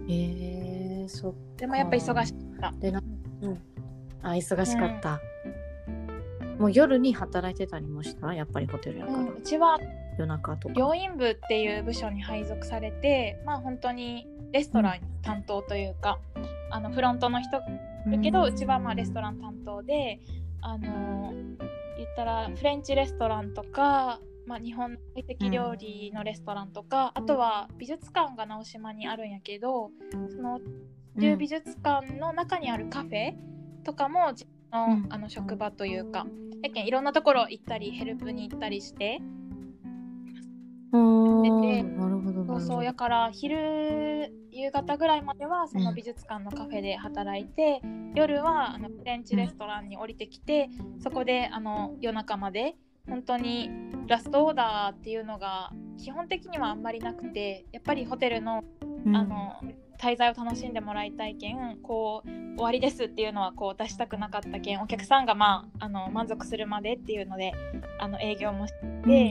えー、そっか。 でもやっぱ忙しかった。 でな、うん、あ忙しかった、うん、もう夜に働いてたりもした？やっぱりホテルやから、うん、 うちは夜中とか病院部っていう部署に配属されて、まあ本当にレストラン担当というか、うん、あのフロントの人いるけど、うん、うちはまあレストラン担当で、あの言ったらフレンチレストランとか、まあ、日本の懐石料理のレストランとか、うん、あとは美術館が直島にあるんやけど、その美術館の中にあるカフェとかも自分 の, あの職場というか、やけんいろんなところ行ったりヘルプに行ったりしてあー、なるほどなるほど。 そうそう、やから昼夕方ぐらいまではその美術館のカフェで働いて、うん、夜はあのフレンチレストランに降りてきて、うん、そこであの夜中まで本当にラストオーダーっていうのが基本的にはあんまりなくて、やっぱりホテル の,、うん、あの滞在を楽しんでもらいたいけん、こう終わりですっていうのはこう出したくなかったけん、お客さんが、まあ、あの満足するまでっていうのであの営業もして、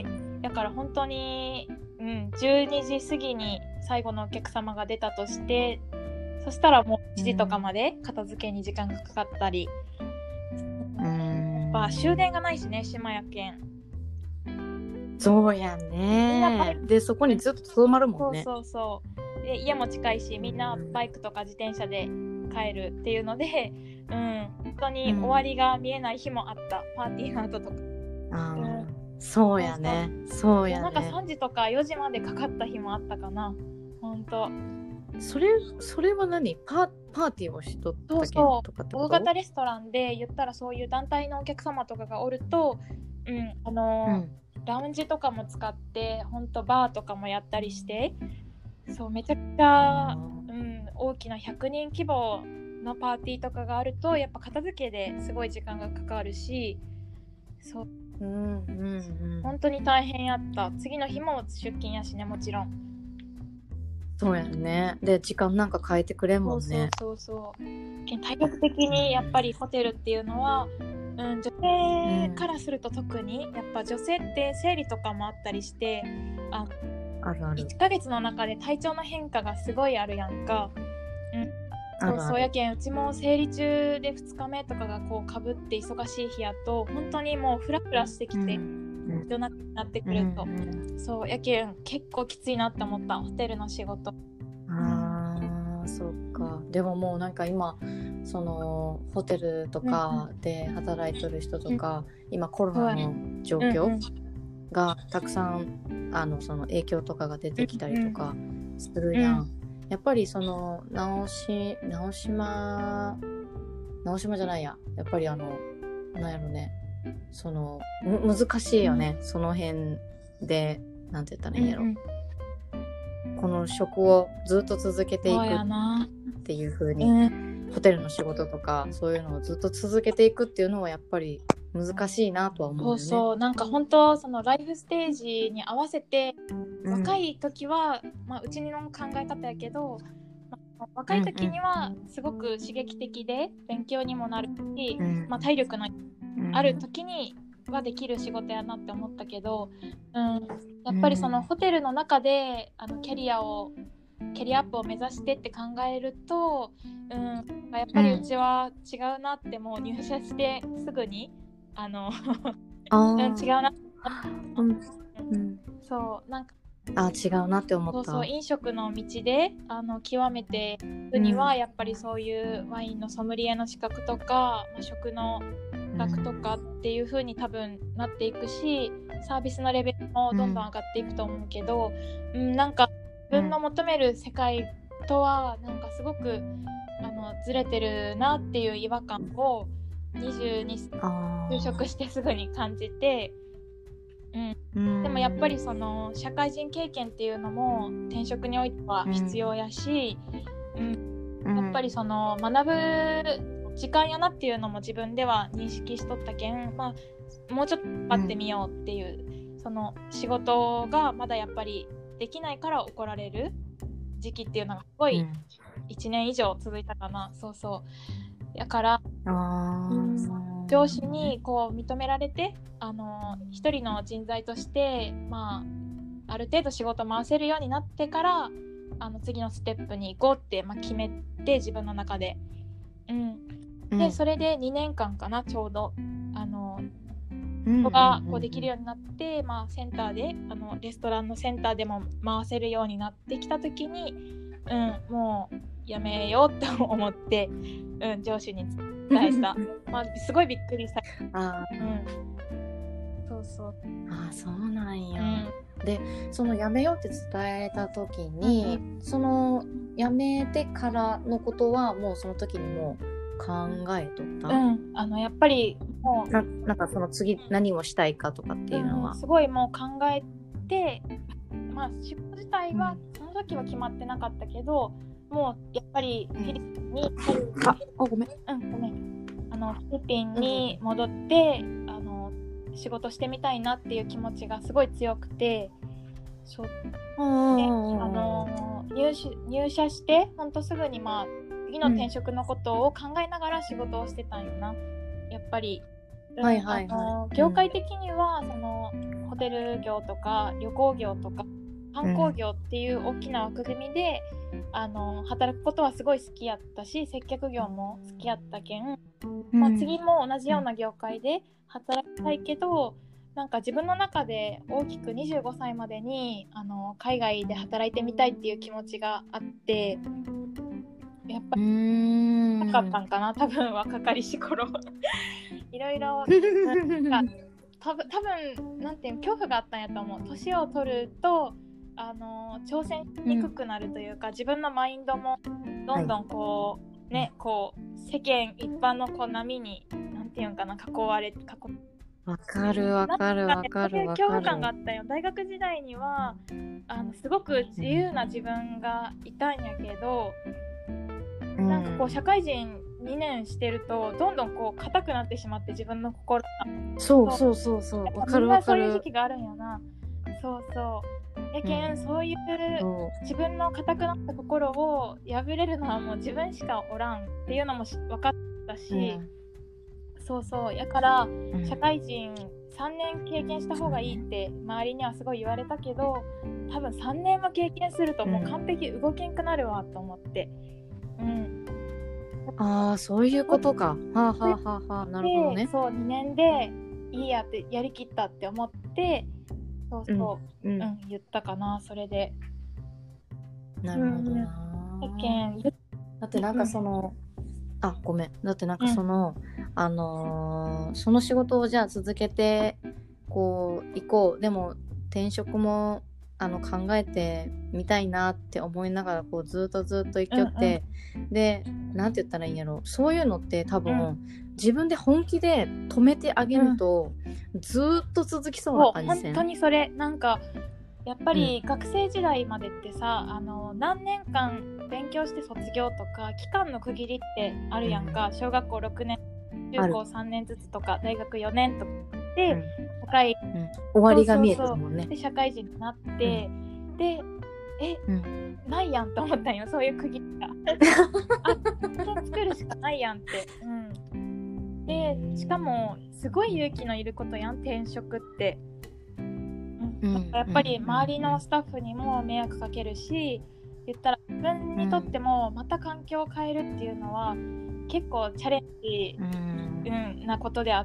うん、だから本当に、うん、じゅうにじ過ぎに最後のお客様が出たとして、そしたらもういちじとかまで片付けに時間がかかったり、うん、まあ、終電がないしね、島やけん。 そうやね。でそこにずっととどまるもんね。 そうそうそう。で家も近いし、みんなバイクとか自転車で帰るっていうので、うん、本当に終わりが見えない日もあった、うん、パーティーの後とか。 あ、うん、そうやね。そうやね。 なんかさんじとかよじまでかかった日もあったかな。本当。 それそれは何？パ, パーティーをしとったけんとかってこと？ 大型レストランで言ったらそういう団体のお客様とかがおると、うん、あのーうん、ラウンジとかも使って本当バーとかもやったりして、そうめちゃくちゃ、うん、大きなひゃくにん規模のパーティーとかがあるとやっぱ片付けですごい時間がかかるし、そう、うんうんうん、本当に大変やった。次の日も出勤やしね、もちろん。 そうやね。で時間なんか変えてくれんもんね。 そうそうそう。体力的にやっぱりホテルっていうのは、うん、女性からすると特に、うん、やっぱ女性って生理とかもあったりして、ああるある。 いっかげつの中で体調の変化がすごいあるやんか。うん、そう、そうやけん、うちも生理中でふつかめとかがこうかぶって忙しい日やと本当にもうフラフラしてきて、うん、夜中になってくると、うんうん、そうやけん結構きついなって思った、ホテルの仕事。 あー、そっか。でももうなんか今そのホテルとかで働いてる人とか、うん、今コロナの状況がたくさんあのその影響とかが出てきたりとかするやん、うん、やっぱりその直し直島直島じゃないややっぱりあのなんやろね、そのむ難しいよね、うん、その辺でなんて言ったらいいんやろ、うんうん、この職をずっと続けていくっていう風に、うん、ホテルの仕事とかそういうのをずっと続けていくっていうのはやっぱり難しいなとは思うよね。 そうそう、なんか本当そのライフステージに合わせて、うん、若い時は、まあ、うちの考え方やけど、まあ、 若い時にはすごく刺激的で勉強にもなるし、うんまあ、体力のある時にはできる仕事やなって思ったけど、うん、やっぱりそのホテルの中であのキャリアをキャリアアップを目指してって考えると、うん、やっぱりうちは違うなってもう入社してすぐにあのうん、違うな、うんうん、そうなんかあ違うなって思った。 そうそう飲食の道であの極めていくには、うん、やっぱりそういうワインのソムリエの資格とか、まあ、食の資格とかっていう風に多分なっていくし、サービスのレベルもどんどん上がっていくと思うけど、うん、なんか自分の求める世界とはなんかすごくあのずれてるなっていう違和感をにじゅうに就職してすぐに感じて、うん、でもやっぱりその社会人経験っていうのも転職においては必要やし、うんうん、やっぱりその学ぶ時間やなっていうのも自分では認識しとったけん、まあ、もうちょっと待ってみようっていう、うん、その仕事がまだやっぱりできないから怒られる時期っていうのがすごいいちねん以上続いたかな、うん、そうそうだからあ、うん、上司にこう認められてあの一人の人材として、まあ、ある程度仕事回せるようになってからあの次のステップに行こうって、まあ、決めて自分の中で、うん、でそれでにねんかんかなちょうどあのここがこうできるようになって、まあ、センターであのレストランのセンターでも回せるようになってきた時に、うん、もうやめようって思って、うん、上司に伝えた、まあ、すごいびっくりしたあ、うん、そうそうあそうなんや、うん、でそのやめようって伝えた時に、うん、そのやめてからのことはもうその時にもう考えとった、 うん、あのやっぱりもうな, なんかその次何をしたいかとかっていうのは、 うん、すごいもう考えて、まあ仕事自体はその時は決まってなかったけど、うん、もうやっぱりフィリピンに、 うん、ああごめん、 うん、ごめんあのフィリピンに戻って、うん、あの仕事してみたいなっていう気持ちがすごい強くて、そうであの 入, 入社してほんとすぐにまあ次の転職のことを考えながら仕事をしてたんよな、うん、やっぱり、はいはいはい、あの業界的には、うん、そのホテル業とか旅行業とか観光業っていう大きな枠組みで、うん、あの働くことはすごい好きやったし接客業も好きやったけん、うんまあ、次も同じような業界で働きたいけど、なんか自分の中で大きくにじゅうごさいまでにあの海外で働いてみたいっていう気持ちがあって、やっぱりなかったんかな多分若かりし頃いろいろなんか多分多分なんていう恐怖があったんやと思う。年を取るとあの挑戦しにくくなるというか、うん、自分のマインドもどんどんこう、はい、ねこう世間一般のこう波になんていうんかな囲われ囲わかるわかるわかるわかる。 恐怖感があったよ。大学時代にはあのすごく自由な自分がいたんやけど、うん、なんかこう社会人にねんしてるとどんどんこう硬くなってしまって自分の心が。 そうそうそうそうわかるわかる。 そういう時期があるんやな。そうそう。やけん、うん、そういう自分の硬くなった心を破れるのはもう自分しかおらんっていうのも分かったし。うんそうそうやから社会人さんねん経験した方がいいって周りにはすごい言われたけど、多分さんねんも経験するともう完璧動けんくなるわと思って、うん、 ああそういうことか。はあはあはあはあなるほどね。 そうにねんでいいやってやりきったって思ってそうそう、うんうん、言ったかなそれで。 なるほどな、 うん、けんだってなんかその、うんあごめんだってなんかその、うん、あのー、その仕事をじゃあ続けてこう行こうでも転職もあの考えてみたいなって思いながらこうずっとずっと行きよって、うんうん、でなんて言ったらいいんやろそういうのって多分、うん、自分で本気で止めてあげると、うん、ずっと続きそうな感じせん。 本当にそれなんかやっぱり学生時代までってさ、うん、あの何年間勉強して卒業とか期間の区切りってあるやんか、うん、小学校ろくねん中高さんねんずつとか大学よねんとかで、うん、社会、 うん、終わりが見えてるもんね。 で社会人になって、うん、でえ、 うん、 ないやんと思ったんよ、そういう区切りがあ、作るしかないやんって、うん、でしかもすごい勇気のいることやん、転職って、うん、やっぱり周りのスタッフにも迷惑かけるし、言ったら自分にとってもまた環境を変えるっていうのは結構チャレンジ、うんうん、なことであって、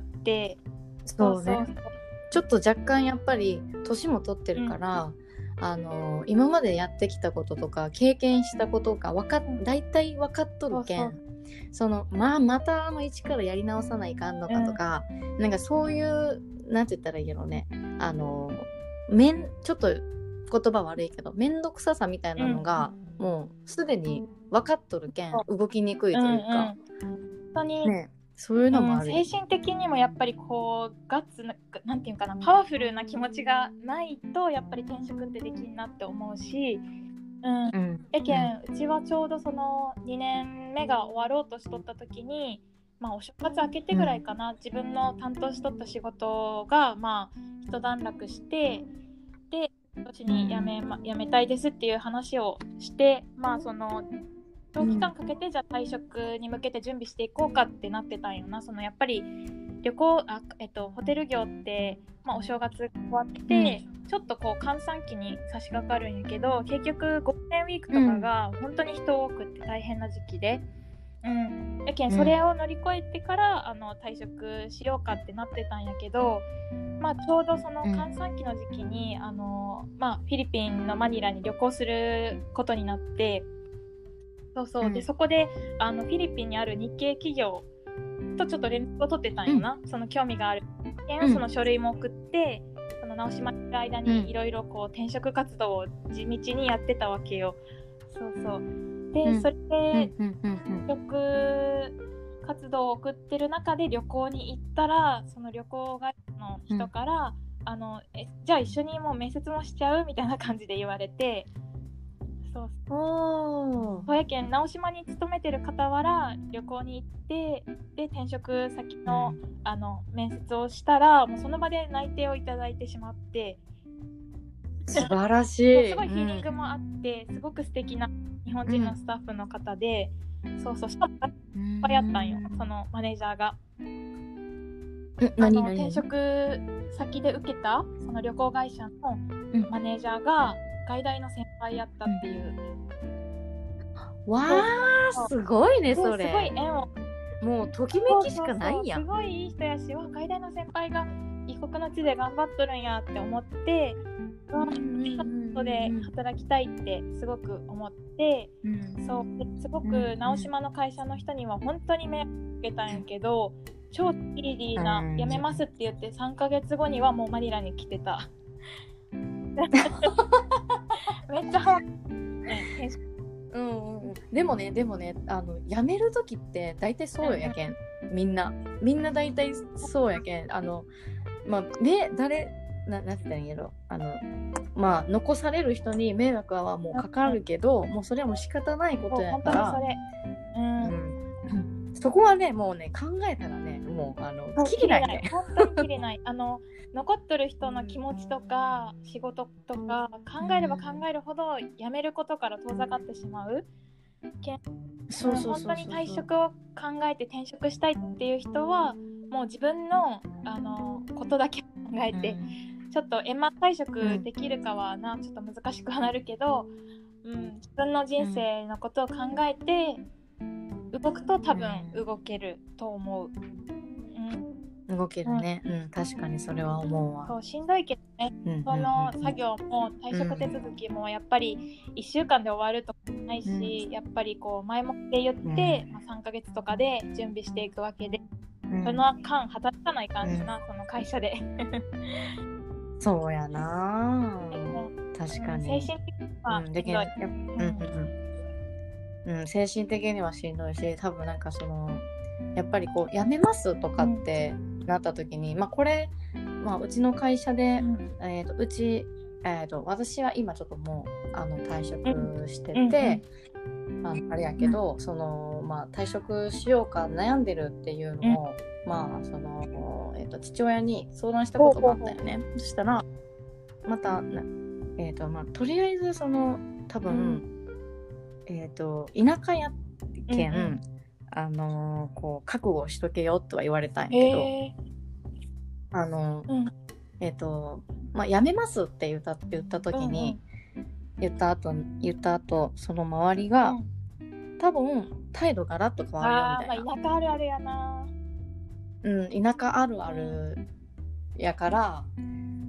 そうね、そうそうそう、ちょっと若干やっぱり年も取ってるから、うん、あの今までやってきたこととか経験したことがわか大体分かっとるけん、そうそう、そのまあまたあの一からやり直さないかんのかとか、うん、なんかそういうなんて言ったらいいやろうね、あのめんちょっと言葉悪いけどめんどくささみたいなのが、うん、もうすでに分かっとるけん動きにくいというか、うんうん、本当に、 ね、そういうのもある、 うん、精神的にもやっぱりこうガッツな、なんていうかな、パワフルな気持ちがないとやっぱり転職ってできんなって思うし、うんうん、やけん、うちはちょうどそのにねんめが終わろうとしとった時に、まあ、お正月明けてぐらいかな、うん、自分の担当しとった仕事がまあ一段落して、で今年に辞め、ま、辞めたいですっていう話をして、まあその長期間かけてじゃあ退職に向けて準備していこうかってなってたんよな。そのやっぱり旅行あ、えっと、ホテル業って、まあ、お正月終わって、うん、ちょっとこう閑散期に差し掛かるんやけど、結局ゴールデンウィークとかが本当に人多くって大変な時期で、うん、やけんそれを乗り越えてから、うん、あの退職しようかってなってたんやけど、まあ、ちょうどその閑散期の時期に、うん、あのまあ、フィリピンのマニラに旅行することになって、そうそう、で、うん、そこであのフィリピンにある日系企業とちょっと連絡を取ってたんよな、うん、その興味がある、うん、その書類も送って、その直島にいる間にいろいろこう転職活動を地道にやってたわけよ。そうそうで、うん、それで転職活動を送ってる中で旅行に行ったら、その旅行会社の人から、うん、あのえじゃあ一緒にもう面接もしちゃうみたいな感じで言われて、そうそう、やけん直島に勤めてる傍ら旅行に行って、で転職先 の,、うん、あの面接をしたら、もうその場で内定をいただいてしまって、 素晴らしいすごいフィーリングもあって、うん、すごく素敵な日本人のスタッフの方で、うん、そうそう、しかもいっぱいやったんよ、そのマネージャーが。あの転職先で受けたその旅行会社のマネージャーが外大の先輩やったっていう、 うん、わーすごいね、それすごい縁を、 もうときめきしかないやん。 そうそうそう、すごいいい人やし、わ外大の先輩が異国の地で頑張っとるんやって思って、外で働きたいってすごく思って、うん、そうすごく直島の会社の人には本当に迷惑かけたんやけど、超スピーディーな、うん、辞めますって言ってさんかげつごにはもうマニラに来てためっちゃ早く、ね、 うんうん、でもねでもねあの辞める時って大体そうやけん、みんなみんな大体そうやけん、あのまあね誰ななんて言ったらいいんやろ、あのまあ残される人に迷惑はもうかかるけど、うん、もうそれはもう仕方ないことやから、 本当にそれ、うんうん、そこはねもうね考えたらねもうあのきりないね、 本当にきりないあの残っとる人の気持ちとか仕事とか考えれば考えるほど辞めることから遠ざかってしまうけん、そうそうそうそう、本当に退職を考えて転職したいっていう人はもう自分のあのことだけ考えて、うん、ちょっと円満退職できるかはな、うん、ちょっと難しくはなるけど、うん、自分の人生のことを考えて動くと多分動けると思う、 うん、動けるね、うんうん、確かにそれは思うわ。 そうしんどいけどね、うん、その作業も退職手続きもやっぱりいっしゅうかんで終わるとかないし、うん、やっぱりこう前もって言って、うんまあ、さんかげつとかで準備していくわけで、うん、その間働かない感じな、うん、その会社でそうやな確かに、 精神的にはしんどい、うんうんうん、精神的にはしんどいし、多分なんかそのやっぱりこう辞めますとかってなった時に、うん、まあこれ、まあ、うちの会社で、うんえー、とうち、えー、と私は今ちょっともうあの退職してて、うん、あ, あれやけど、うんそのまあ、退職しようか悩んでるっていうのを、うんまあそのえー、と父親に相談したことがあったよね。そしたらまた、えーとまあ、とりあえずその多分、 うん、 えっ、ー、と田舎やけん、 うんうん、 あのー、こう覚悟しとけよとは言われたんやけど、 えー、あのー、 うん、 えっ、ー、とまあやめますって言った言った時に、うんうん、言った後言った後その周りが、うん、多分態度がラッと変わるよみたいな。 あ、まあ、田舎あるあるやな。 うん、田舎あるあるやから、うん、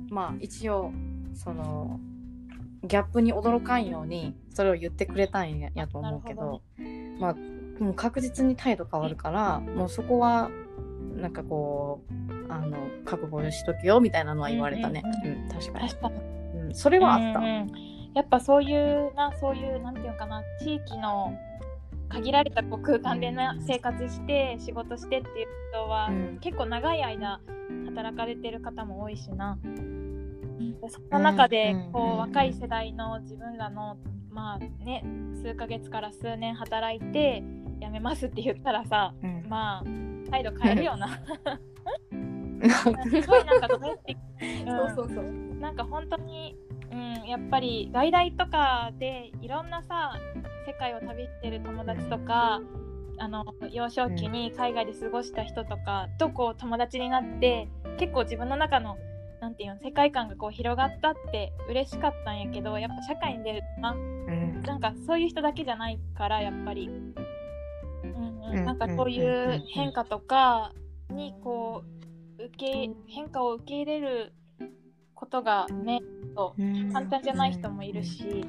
まあ一応そのギャップに驚かんようにそれを言ってくれたんやと思うけど、ね、まあもう確実に態度変わるからもうそこはなんかこうあの覚悟しとけよみたいなのは言われたね。うん、うんうん、確かに。確かに、うん、それはあった。うんうん、 やっぱそういうなそういうなんていうかな地域の限られたこう空間でな生活して仕事してっていう人は、うん、結構長い間働かれてる方も多いしな。その中でこう、うん、若い世代の自分らのまあね数ヶ月から数年働いて辞めますって言ったらさ、うん、まあ態度変えるよな。すごいなんかドメスティック、うん、そうそうそうなんか本当に、うん、やっぱり外大とかでいろんなさ世界を旅してる友達とか、うん、あの幼少期に海外で過ごした人とかとこう友達になって結構自分の中のなんていうの世界観がこう広がったって嬉しかったんやけどやっぱ社会に出るとな、うん、なんかそういう人だけじゃないからやっぱり、うんうん、なんかそういう変化とかにこう受け変化を受け入れることがね簡単じゃない人もいるし、うん、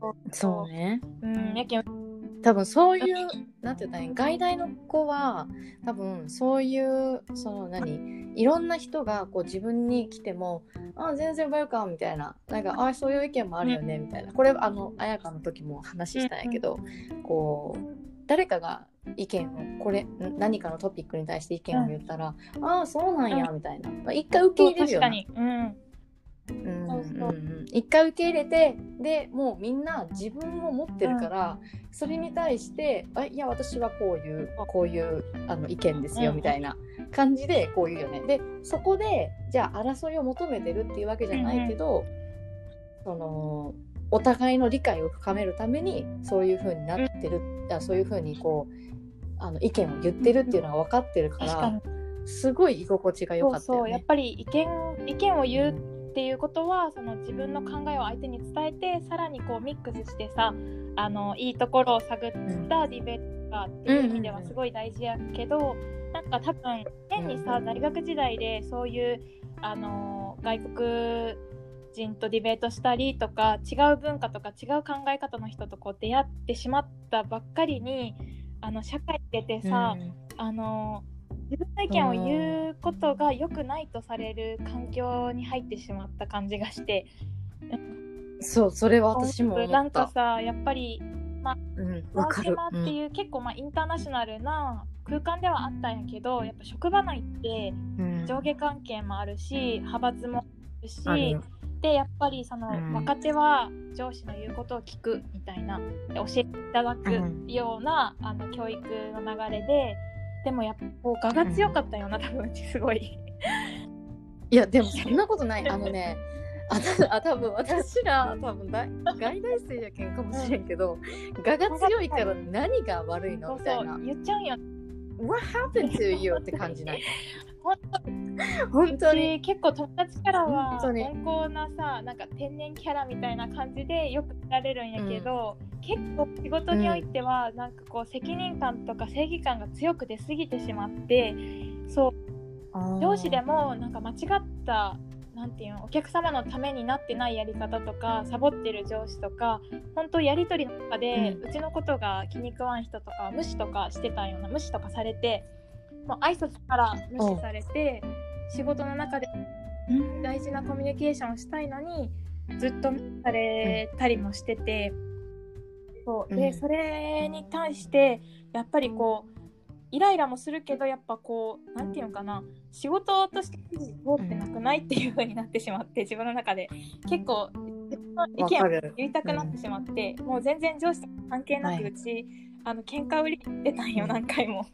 そうね、 うん、やけん多分そういうなんて言ったらいい外大の子は多分そういうその何いろんな人がこう自分に来てもあ全然ウェルカムみたいななんかあそういう意見もあるよねみたいなこれあの彩香の時も話したんやけどこう誰かが意見をこれ何かのトピックに対して意見を言ったら、うん、ああそうなんやみたいな、まあ、一回受け入れるよな。確かに、うんうんうんうん、一回受け入れてでもうみんな自分を持ってるから、うん、それに対してあいや私はこういうこういうあの意見ですよみたいな感じでこう言うよね。でそこでじゃあ争いを求めてるっていうわけじゃないけど、うん、そのお互いの理解を深めるためにそういう風になってる、うん、そういう風にこうあの意見を言ってるっていうのが分かってるから、うん、すごい居心地が良かったよね。そうそうやっぱり意見意見を言うっていうことはその自分の考えを相手に伝えてさらにこうミックスしてさあのいいところを探ったディベートがっていう意味ではすごい大事やけど、うんうんうん、なんか多分変にさ大学時代でそういうあの外国人とディベートしたりとか違う文化とか違う考え方の人とこう出会ってしまったばっかりにあの社会に出てさ、うん、あの自分の意見を言うことが良くないとされる環境に入ってしまった感じがして、 そうそれは私も思った。 なんかさやっぱりまあ、うん、ワーケマっていう、うん、結構まあインターナショナルな空間ではあったんやけどやっぱ職場内って上下関係もあるし、うん、派閥もあるし、うん、でやっぱりその、うん、若手は上司の言うことを聞くみたいな教えていただくような、うん、あの教育の流れででもやっぱこう我が強かったような、うん、多分すごいいやでもそんなことないあのねあたあ多分私ら多分大外大生やけんかもしれんけど我が強いから何が悪いのみたいなそうそう言っちゃうんや What happened to you って感じない本当に結構友達からは温厚なさなんか天然キャラみたいな感じでよく見られるんやけど、うん、結構仕事においてはなんかこう責任感とか正義感が強く出すぎてしまってそう上司でもなんか間違ったなんていうのお客様のためになってないやり方とかサボってる上司とか本当やり取りの中で、うん、うちのことが気に食わん人とか無視とかしてたような無視とかされてもう挨拶から無視されて仕事の中で大事なコミュニケーションをしたいのにずっと無視されたりもしてて、うん、そうでそれに対してやっぱりこうイライラもするけどやっぱこうなんていうのかな仕事として通ってなくないっていう風になってしまって自分の中で結構自分の意見を言いたくなってしまって、うん、もう全然上司と関係なくうち、はい、あの喧嘩売り出たんよ何回も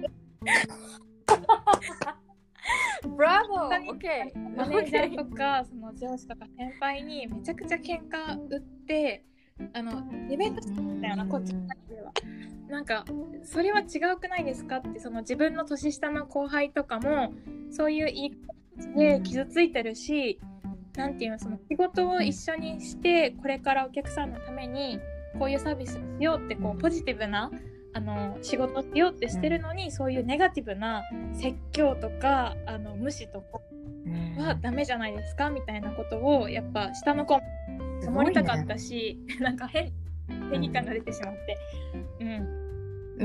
ブラボー、オッケー。マネージャーとかその上司とか先輩にめちゃくちゃ喧嘩売ってあのディベートしてたよな、こっちでは。なんかそれは違うくないですかって、その自分の年下の後輩とかもそういう言い方で傷ついてるし、なんていうの、その仕事を一緒にしてこれからお客さんのためにこういうサービスをしようってこうポジティブなあの仕事をしようってしてるのに、そういうネガティブな説教とかあの無視とかはダメじゃないですかみたいなことをやっぱ下の子守りたかったし、ね、なんか変正義感が出てしまって、うん、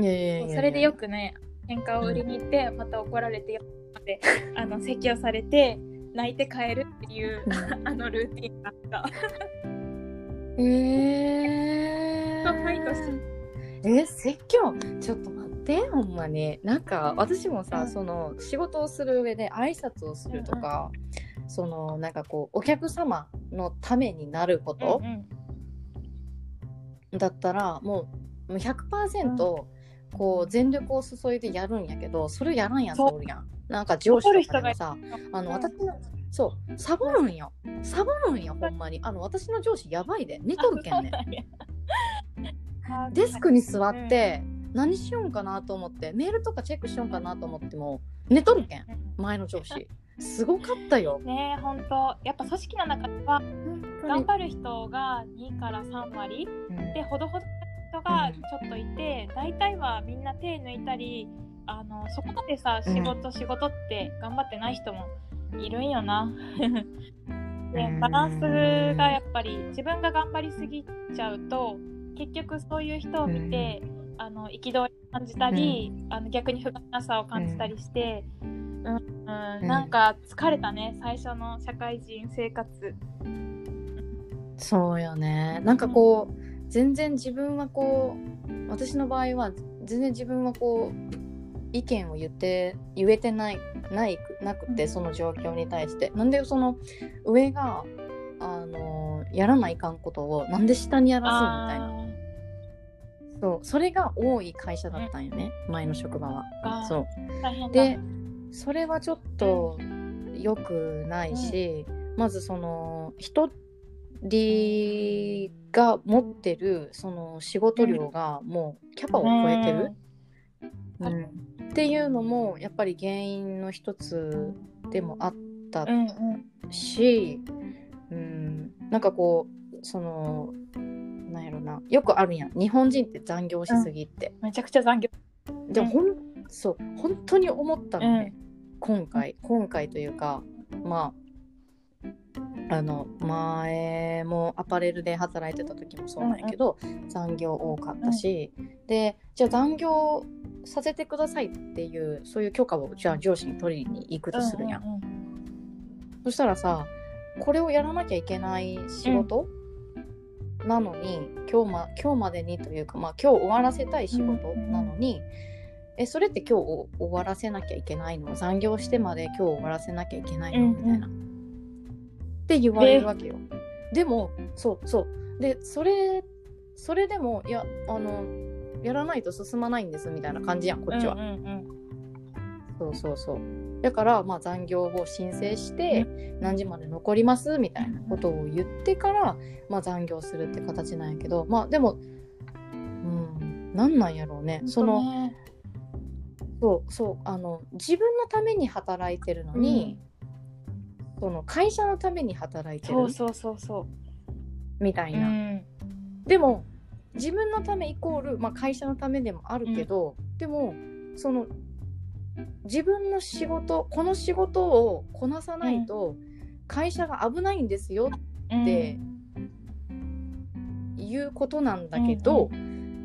いやいやいやいや、 それでよくね喧嘩を売りに行ってまた怒られてよってあの説教されて泣いて帰るっていうあのルーティンがあった。 えー、 そうファイトしてえー、説教ちょっと待ってほんまに。なんか私もさ、うん、その仕事をする上で挨拶をするとか、うんうん、そのなんかこうお客様のためになること、うんうん、だったらもう ひゃくパーセント こう全力を注いでやるんやけど、それやらんやつおるやん。なんか上司とかでもさ、あの私のそうサボるんよサボるんよほんまに。あの私の上司やばいで寝とるけんねデスクに座って何しよんかなと思ってメールとかチェックしよんかなと思っても寝とるけん前の上司。すごかったよねえ。ほんとやっぱ組織の中では頑張る人がにからさん割、うん、でほどほどの人がちょっといて、うん、大体はみんな手抜いたりあのそこまでさ仕事、うん、仕事って頑張ってない人もいるんよなでバランスがやっぱり自分が頑張りすぎちゃうと結局そういう人を見て、うん、あの憤りを感じたり、うん、あの逆に不甲斐なさを感じたりして、うんうんうん、なんか疲れたね最初の社会人生活。 そうよね。なんかこう、うん、全然自分はこう私の場合は全然自分はこう意見を言って言えてないないなくて、その状況に対してなんでその上があのやらないかんことをなんで下にやらすみたいな、そうそれが多い会社だったんよね、うん、前の職場は。そうでそれはちょっと良くないし、うん、まずその一人が持ってるその仕事量がもうキャパを超えてる、うんうんっていうのもやっぱり原因の一つでもあったし、うんうん、なんかこうそのなんやろな、よくあるやん日本人って残業しすぎって、 うん、めちゃくちゃ残業でもほん、そう本当に思ったのね、うん、今回今回というかまああの前もアパレルで働いてた時もそうなんやけど、うん、残業多かったし、うん、でじゃあ残業させてくださいっていうそういう許可をじゃあ上司に取りに行くとするやん、うんうんうん、そしたらさこれをやらなきゃいけない仕事、うん、なのに今日、ま、今日までにというか、まあ、今日終わらせたい仕事なのに、うんうん、えそれって今日終わらせなきゃいけないの、残業してまで今日終わらせなきゃいけないの、うんうん、みたいなって言われるわけよ。でもそうそうでそれそれでもいやあのやらないと進まないんですみたいな感じやんこっちは、うんうんうん、そうそうそうだからまあ残業を申請して何時まで残りますみたいなことを言ってからまあ残業するって形なんやけど、まあでもうんなんなんやろうね、そのそうそうあの自分のために働いてるのに、うん、その会社のために働いてるそうそうそうそうみたいな、うん、でも自分のためイコール、まあ、会社のためでもあるけど、うん、でもその自分の仕事この仕事をこなさないと会社が危ないんですよっていうことなんだけど、うん、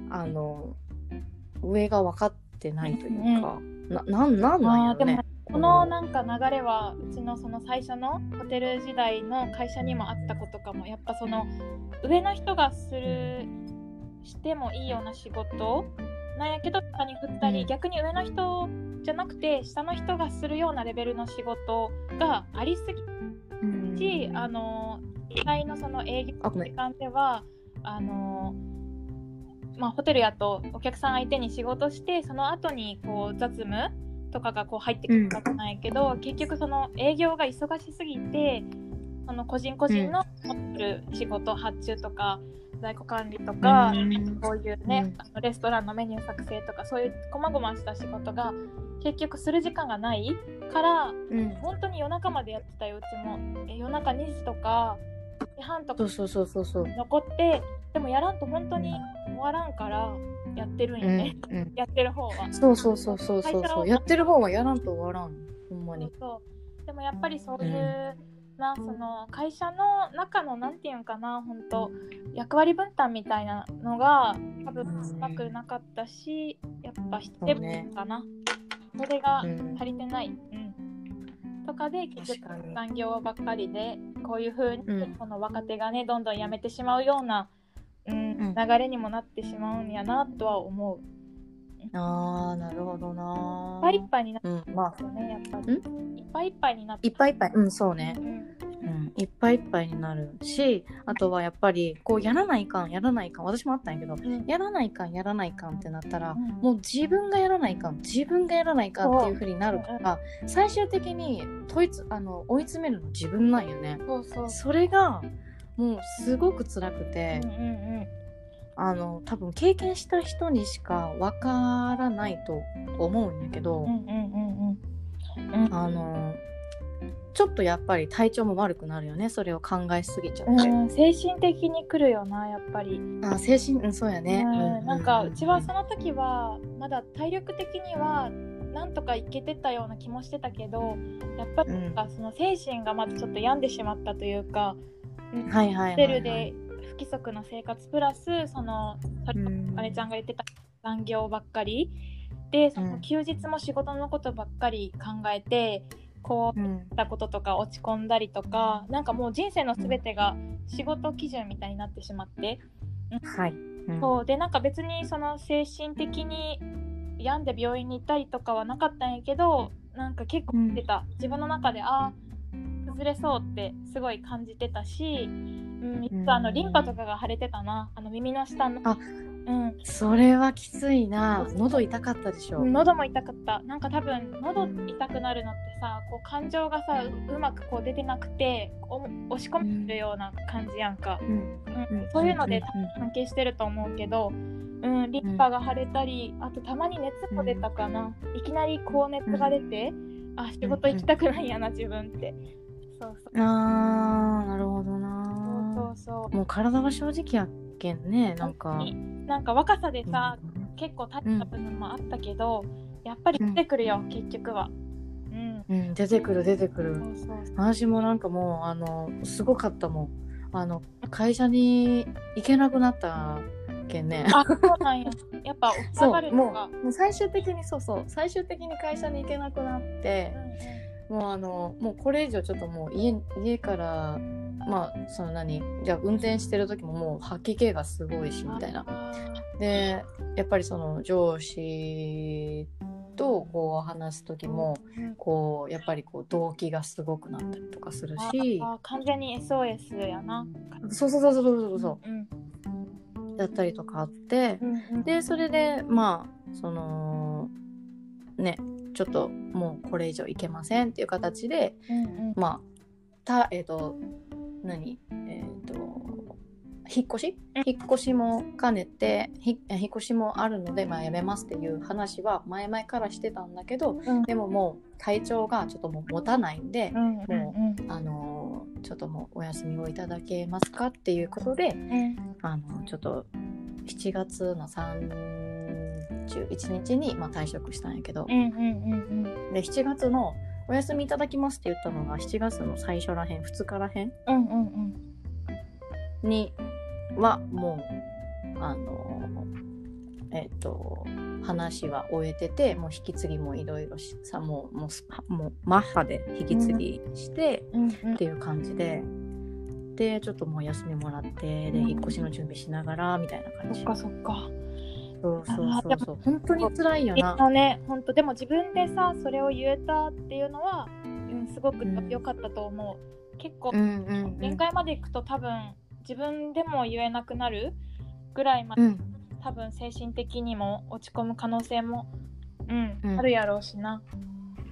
あの上が分かってないというか、うん、な, なんなんなんやろね。 このなんか流れはうちのその最初のホテル時代の会社にもあったことかも。やっぱその上の人がするしてもいいような仕事なんやけど下に振ったり、うん、逆に上の人じゃなくて下の人がするようなレベルの仕事がありすぎるし、うん、あの実際のその営業の時間ではあの、まあ、ホテルやとお客さん相手に仕事してその後にこう雑務とかがこう入ってくるわけなんやけど、うん、結局その営業が忙しすぎてあの個人個人の持ってる仕事、発注とか在庫管理とか、うん、こういうね、うん、あのレストランのメニュー作成とかそういう細々した仕事が結局する時間がないから、うん、本当に夜中までやってたよ。うちもえ夜中にじとかにじはんとか残ってでもやらんと本当に終わらんからやってるんよね、うんうん、やってる方はそうそうそうそうそうそうやってる方はやらんと終わらんほんまに。 そうそうでもやっぱりそういう、うん、なその会社の中のなんていうんかな本当役割分担みたいなのが多分うまくなかったし、やっぱ必要かな そ,、ね、それが足りてない、うんうん、とかで結局残業ばっかりでこういう風に、うん、この若手がねどんどん辞めてしまうような、うんうん、流れにもなってしまうんやなとは思う。 あーなるほどな。 いっぱいいっぱいになってますよね、うん、やっぱりいっぱいいっぱいになっていっぱいいっぱいうんそうね、うんうん、いっぱいいっぱいになるし、あとはやっぱりこうやらないかんやらないかん私もあったんやけど、うん、やらないかんやらないかんってなったら、うん、もう自分がやらないかん自分がやらないかんっていう風になるから、うん、最終的に問いつあの追い詰めるの自分なんよね。 そうそうそれがもうすごく辛くて、うんうんうんあの多分経験した人にしかわからないと思うんやけど、うんうんうんうん、あのちょっとやっぱり体調も悪くなるよね。それを考えすぎちゃって、 うん、精神的に来るよなやっぱり。 あ精神、うん、そうやね、 うん、なんかうちはその時はまだ体力的にはなんとかいけてたような気もしてたけど、やっぱりなんかその精神がまずちょっと病んでしまったというか、 うん、はいはいはいはい、 ホテルで不規則な生活プラスそのそれあれちゃんが言ってた残業ばっかりで、その休日も仕事のことばっかり考えて、うん、こういったこととか落ち込んだりとか、なんかもう人生のすべてが仕事基準みたいになってしまって、 うん、はい、 うん、そうでなんか別にその精神的に病んで病院に行ったりとかはなかったんやけど、なんか結構出た、うん、自分の中であ崩れそうってすごい感じてたし、うん、あのリンパとかが腫れてたな、あの耳の下の。 あ、うん、それはきついな。喉痛かったでしょ。 うん、喉も痛かった。なんか多分喉痛くなるのってさ、こう感情がさ う, うまくこう出てなくて押し込めるような感じやんか、うんうん、そういうので多分関係してると思うけど、うん、リンパが腫れたり、あとたまに熱も出たかな、いきなり高熱が出て、あ仕事行きたくないやな自分って。そうそう、 あーなるほどな。 そうそうそう、 もう体は正直やっけんね。なんかなんか若さでさ、うん、結構立った部分もあったけど、うん、やっぱり出てくるよ、うん、結局は、うんうん、出てくる出てくる。そうそうそう、私もなんかもうあのすごかったもん。あの会社に行けなくなったけんね。 あ、そうなんや。やっぱそうもう、もう最終的にそうそう最終的に会社に行けなくなって、うんうん、もうあのもうこれ以上ちょっともう家家からまあその何じゃあ運転してる時ももう吐き気がすごいしみたいな。でやっぱりその上司とこう話す時もこうやっぱりこう動機がすごくなったりとかするし、 ああ完全に エスオーエス やな。 そうそうそうそうそうそう、うんうん、だったりとかあって、うんうん、でそれでまあそのねちょっともうこれ以上いけませんっていう形で、うんうん、まあたえっ、ー、と何えっ、ー、と引っ越し引っ越しも兼ねて引っ越しもあるので、まあ、辞めますっていう話は前々からしてたんだけど、うん、でももう体調がちょっともう持たないんで、うん、もう、あのー、ちょっともうお休みをいただけますかっていうことで、うん、あのちょっとしちがつのさんじゅういちにちに、まあ、退職したんやけど、うんうんうんうん、でしちがつのお休みいただきますって言ったのがしちがつの最初らへんふつからへん、うんうんうん、にはもうあのえっ、ー、と話は終えてて、もう引き継ぎもいろいろさもうもうもうマッハで引き継ぎして、うんうんうん、っていう感じででちょっともう休みもらってで引っ越しの準備しながらみたいな感じ。 そっかそっか。 そうそうそうそう、本当に辛いよな。 そうね、本当でも自分でさそれを言えたっていうのは、うん、すごく良かったと思う、うん、結構、うんうんうん、限界までいくと多分自分でも言えなくなるぐらいまで、うん、多分精神的にも落ち込む可能性も、うんうん、あるやろうしな。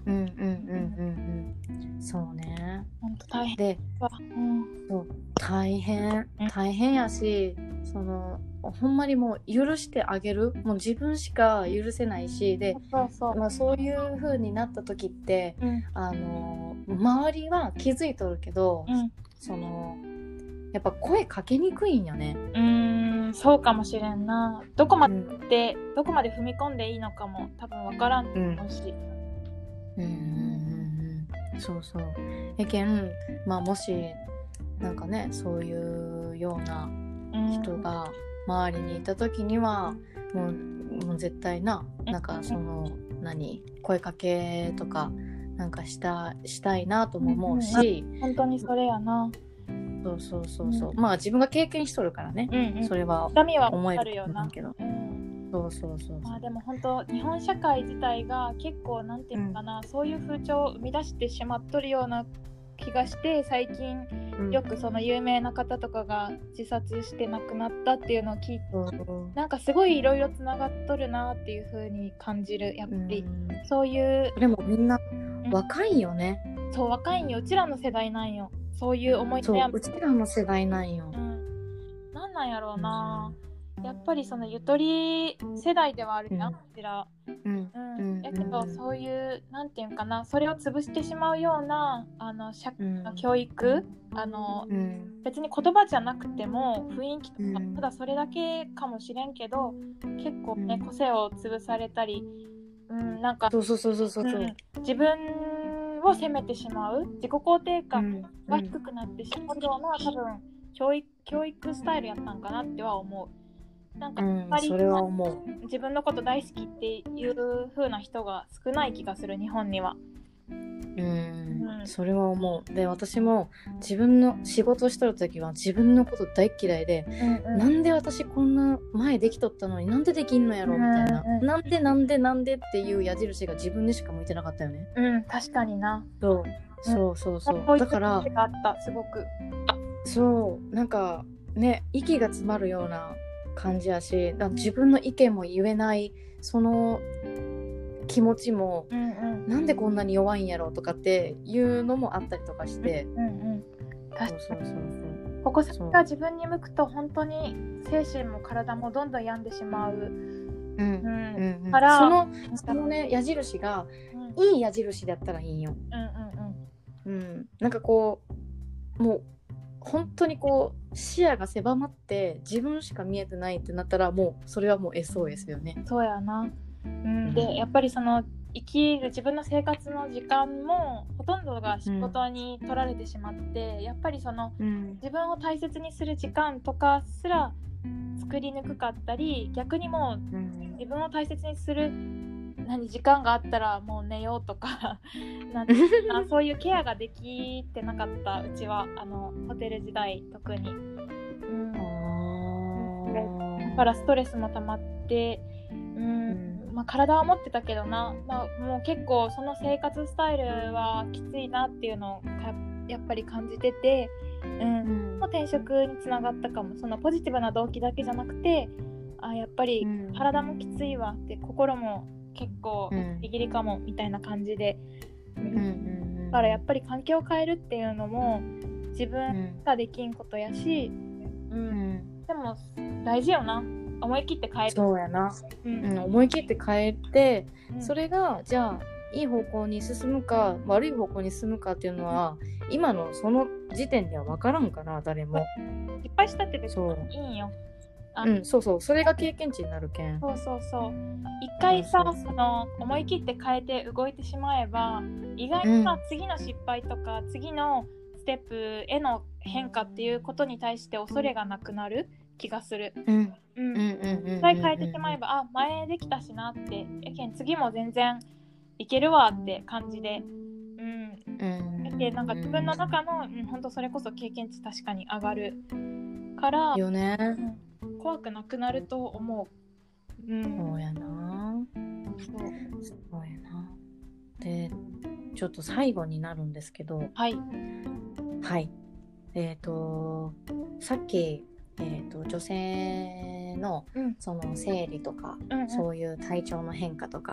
うんうんうんうんうん。そうね。 本当大変で、 わ、うん、 そう大変うん大変やし、そのほんまにもう許してあげる、もう自分しか許せないし、で、 そうそう、 まあ、そういう風になった時って、 うん、 あの周りは気づいとるけど、 うん、 そのやっぱ声かけにくいんよね。 うーん、そうかもしれんな。どこまで、 うん、 どこまで踏み込んでいいのかも多分わからんと思うし。 うんうんうんうん、そうそう。やけん、まあもしなんかね、そういうような人が周りにいた時には、もう、もう絶対な、なんかその何声かけとかなんかしたしたいなとも思うし、 うんうん、本当にそれやな。 そうそうそうそう、うん、まあ自分が経験しとるからね、 うんうん、 それは痛みは思えるあるよな。 けど、 うん、 そうそうそうそう。 まあでも本当日本社会自体が結構なんていうのかな、うん、そういう風潮を生み出してしまっとるような気がして、最近よくその有名な方とかが自殺して亡くなったっていうのを聞いて、うん、なんかすごいいろいろつながっとるなっていう風に感じる。やっぱり、うん、そういうでもみんな若いよね、 うん、そう若いんよ。うちらの世代なんよ、そういう思い悩む。そう、うちらの世代なんよ、 うん、なんなんやろうな、うん、やっぱりそのゆとり世代ではあるやん、こちら。うんうん、やけど、そういうなんていうんかな、それを潰してしまうようなあの社会の教育、あの、うん、別に言葉じゃなくても雰囲気とか、うん、ただそれだけかもしれんけど、結構ね、個性を潰されたり、うん、なんかそうそうそうそうそう、うん、 自分を責めてしまう、自己肯定感が低くなってしまうような、多分教育、教育スタイルやったんかなっては思う。なんか、うん、 それは思う。 自分のこと大好きっていう風な人が少ない気がする、日本には。 うん、うん、それは思う。で、私も自分の仕事しとる時は自分のこと大っ嫌いで、うんうん、なんで私こんな前できとったのになんでできんのやろみたいな、うんうん、なんでなんでなんでっていう矢印が自分にしか向いてなかったよね。 うん、確かにな。 そうそうそうそう、うん、だからがあったすごく。 そうなんかね、息が詰まるような感じやし、自分の意見も言えないその気持ちも、うんうん、なんでこんなに弱いんやろうとかっていうのもあったりとかして、うんうん、 確かにそうそうそう、ここ先が自分に向くと本当に精神も体もどんどん病んでしまう、うんうんうん、からその、そのね、矢印が、うん、いい矢印だったらいいよ、うんうんうんうん、なんかこうもう本当にこう視野が狭まって自分しか見えてないってなったら、もうそれはもう エスオーエス よね。 そうやな、うん、でやっぱりその生きる自分の生活の時間もほとんどが仕事に取られてしまって、うん、やっぱりその、うん、自分を大切にする時間とかすら作りにくかったり、逆にもう、うん、自分を大切にする何時間があったらもう寝ようとかなんてそういうケアができてなかった、うちは。あのホテル時代特に、うん、だからストレスも溜まって、うんまあ、体は持ってたけどな、まあ、もう結構その生活スタイルはきついなっていうのをやっぱり感じてて、うんうん、もう転職につながったかも。そのポジティブな動機だけじゃなくて、あやっぱり体もきついわって、心も結構ギリギリかもみたいな感じで、うんうんうん、だからやっぱり環境を変えるっていうのも自分ができんことやし、うんうん、でも大事よな、思い切って変える。 そうやな、うんうん、思い切って変えて、うん、それがじゃあいい方向に進むか悪い方向に進むかっていうのは、うん、今のその時点では分からんから、誰も失敗したって別にいいんよ。 うん、そうそう、それが経験値になるけん。 そうそうそう。一回さ、そうそうそう、その思い切って変えて動いてしまえば、意外にさ、うん、次の失敗とか次のステップへの変化っていうことに対して恐れがなくなる気がする。うん。うん。一回変えてしまえば、あ、前できたしなって、やけん次も全然いけるわって感じで。うん。うん。やけんなんか自分の中の、うん、本当それこそ経験値確かに上がるから。 よね。 うん怖くなくなると思う。うん、 そうやな。そう、そうやな。で、ちょっと最後になるんですけど、 はい。 はい。えっと、さっき、えっと、女性の、うん、その生理とか、うんうん、そういう体調の変化とか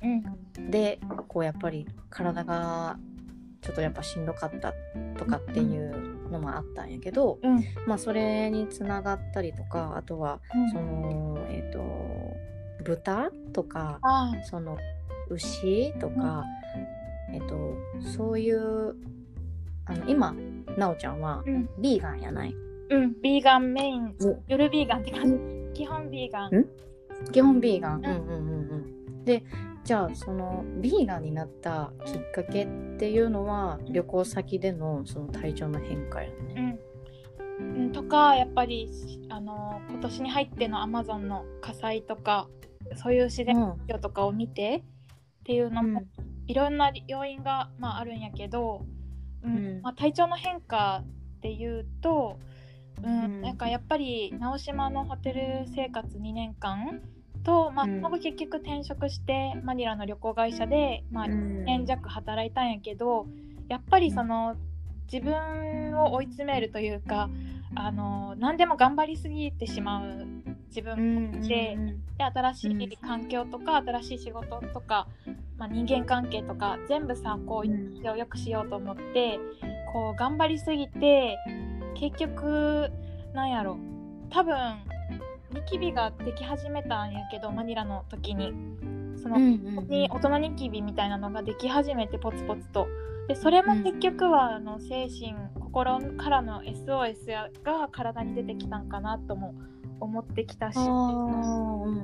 うん、 でこうやっぱり体がちょっとやっぱしんどかったとかっていうのもあったんやけど、 うん、 まあそれにつながったりとか、あとはその、うん、えっと豚とかその牛とか、うん、えっとそういうあの今なおちゃんはビーガンやない？ うん、ビーガンメイン、夜ビーガンって感じ。基本ビーガン。 ん基本ビーガン。うんうんうんうん。で、じゃあそのビーガンになったきっかけっていうのは旅行先でのその体調の変化やね。 うん。うん、とかやっぱりあの今年に入ってのアマゾンの火災とかそういう自然環境とかを見て、うん、っていうのも、うん、いろんな要因が、まあ、あるんやけど、うんうんまあ、体調の変化っていうと、うんうん、なんかやっぱり直島のホテル生活にねんかんと、まあ、その後結局転職してマニラの旅行会社で、まあ、にねん弱働いたんやけど、やっぱりその自分を追い詰めるというかあの何でも頑張りすぎてしまう自分がいて、で新しい環境とか新しい仕事とか、まあ、人間関係とか全部さこう一を良くしようと思ってこう頑張りすぎて結局なんやろ多分ニキビができ始めたんやけどマニラの時にその、うんうんうん、に大人ニキビみたいなのができ始めてポツポツとでそれも結局はあの精神心からの エスオーエス が体に出てきたんかなとも思ってきたし、うんうん、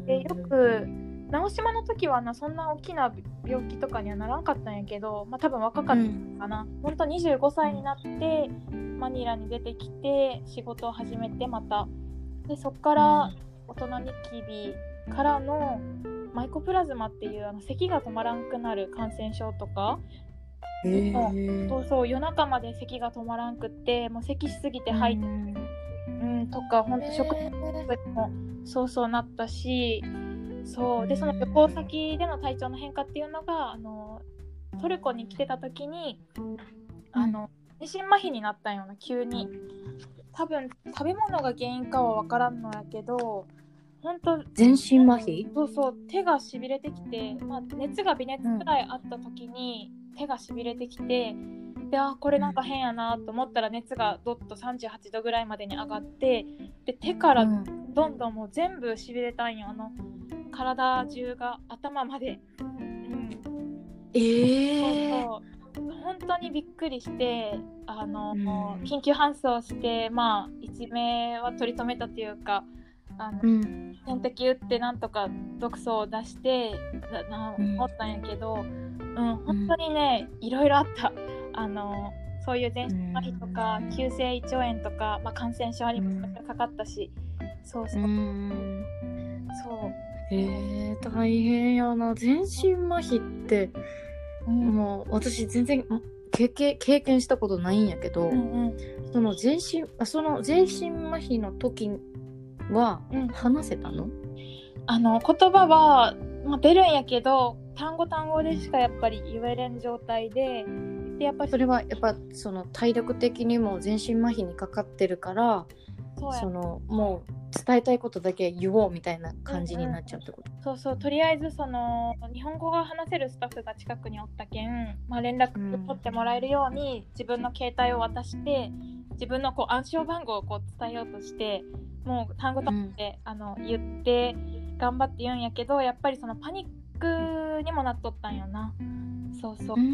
でよく直島の時はなそんな大きな病気とかにはならんかったんやけど、まあ、多分若かったかな、うん、ほんとにじゅうごさいになってマニラに出てきて仕事を始めてまたでそっから大人ニキビからのマイコプラズマっていうあの咳が止まらんくなる感染症とかそうそう夜中まで咳が止まらんくってもう咳しすぎて吐いて、うんうん、とかほんと食物もそうそうなったしそうでその旅行先での体調の変化っていうのがあのトルコに来てた時にあの全身麻痺になったような急に多分食べ物が原因かは分からんのやけど本当全身麻痺そうそう手がしびれてきて、まあ、熱が微熱くらいあった時に手がしびれてきてであこれなんか変やなと思ったら熱がどっとさんじゅうはちどぐらいまでに上がってで手からどんどんもう全部しびれたんよあの体中が頭まで、うん、 えー、 そうそう本当にびっくりしてあの、うん、緊急搬送してまあ一命は取り留めたというかあの、うん、点滴打ってなんとか毒素を出してな思ったんやけど、うんうん、本当にねいろいろあったあのそういう全身麻痺とか、うん、急性胃腸炎とか、まあ、感染症にもかかったし、うん、そうそう、うん、そうえー、大変やな全身麻痺って、うん、もう私全然経験、経験したことないんやけど、うんうん、その全身その全身麻痺の時は話せたの？うん、 あの言葉は、まあ、出るんやけど単語単語でしかやっぱり言えれん状態で、でやっぱそれはやっぱその体力的にも全身麻痺にかかってるからそ, そのもう伝えたいことだけ言おうみたいな感じになっちゃうってこと、 うんうん、そうそうとりあえずその日本語が話せるスタッフが近くにおったけん、まあ、連絡を取ってもらえるように、うん、自分の携帯を渡して自分のこう暗証番号をこう伝えようとしてもう単語単語で、うん、あの言って頑張って言うんやけどやっぱりそのパニックにもなっとったんよなそうそう、うん、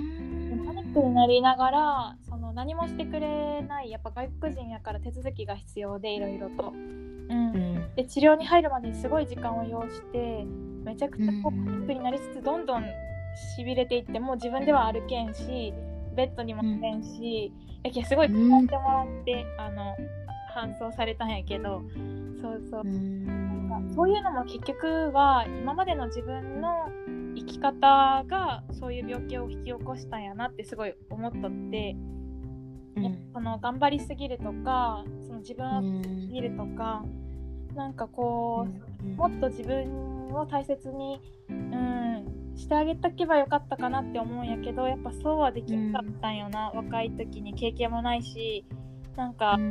パニックになりながらその何もしてくれないやっぱ外国人やから手続きが必要でいろいろと、うんうん、で治療に入るまですごい時間を要してめちゃくちゃこうパニックになりつつどんどんしびれていってもう自分では歩けんしベッドにも寝れんし、うん、やすごい使ってもらって、うん、あの搬送されたんやけどそうそう、うん、なんかそういうのも結局は今までの自分の生き方がそういう病気を引き起こしたんやなってすごい思っとって、うん、その頑張りすぎるとかその自分をすぎるとか、うん、なんかこう、うん、もっと自分を大切に、うん、してあげたけばよかったかなって思うんやけどやっぱそうはできなかったんよな、うん、若い時に経験もないしなんか、うん、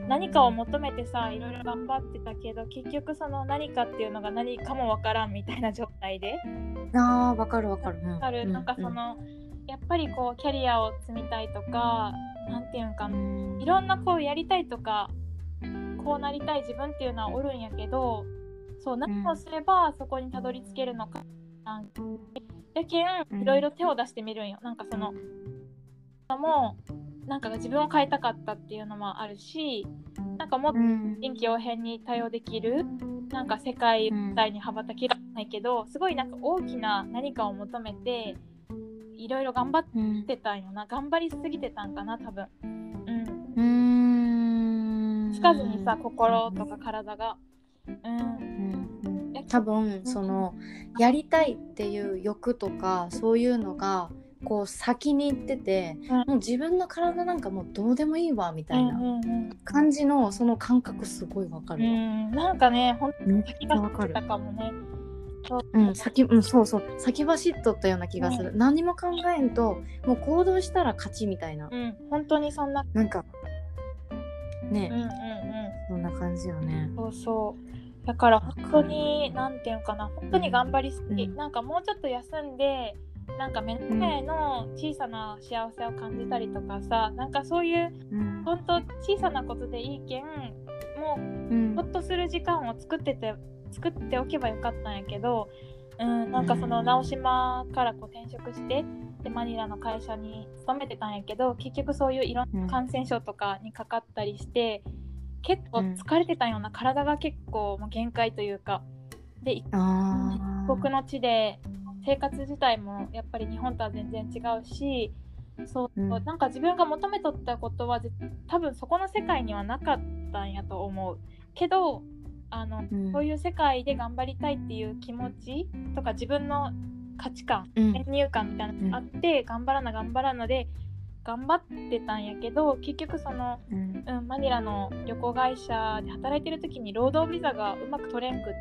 何かを求めてさいろいろ頑張ってたけど結局その何かっていうのが何かもわからんみたいな状態であーわかるわかる、 わかる、 うん、 なんかその、うん、やっぱりこうキャリアを積みたいとかなんていうんかな、 うん、 いろんなこうやりたいとかこうなりたい自分っていうのはおるんやけどそう何をすればそこにたどり着けるのか、うん、やけんいろいろ手を出してみるんよ。なんかそのもなんか自分を変えたかったっていうのもあるし、なんかもっと臨機応変に対応できる、なんか世界に羽ばたきらないけど、すごいなんか大きな何かを求めていろいろ頑張ってたんよな。頑張りすぎてたんかな多分。うん。うーん。つかずにさ心とか体が。うん。 うん、多分そのやりたいっていう欲とかそういうのがこう先に行ってて、うん、もう自分の体なんかもうどうでもいいわみたいな感じのその感覚すごいわかるわ、うん、 なんかねほんと先が走ってたかもね。 うん、先、うん、そうそう先走っとったような気がする、うん、何も考えんともう行動したら勝ちみたいな、 うん、本当にそんななんかね、 うんうんうん、 そんな感じよね。 そうそうだから本当になんていうのかな本当に頑張りすぎ、うん、なんかもうちょっと休んでなんか目の前の小さな幸せを感じたりとかさ、うん、なんかそういう、うん、本当小さなことでいいけんもう、うん、ほっとする時間を作ってて作っておけばよかったんやけど、うん、なんかその直島からこう転職してでマニラの会社に勤めてたんやけど結局そういういろんな感染症とかにかかったりして、結構疲れてたような、体が結構もう限界というかで異国の地で生活自体もやっぱり日本とは全然違うしそう、うん、なんか自分が求めとったことは多分そこの世界にはなかったんやと思うけどあの、うん、そういう世界で頑張りたいっていう気持ちとか自分の価値観、うん、先入観みたいなのがあって、うん、頑張らな頑張らなで頑張ってたんやけど結局その、うんうん、マニラの旅行会社で働いてる時に労働ビザがうまく取れんくって、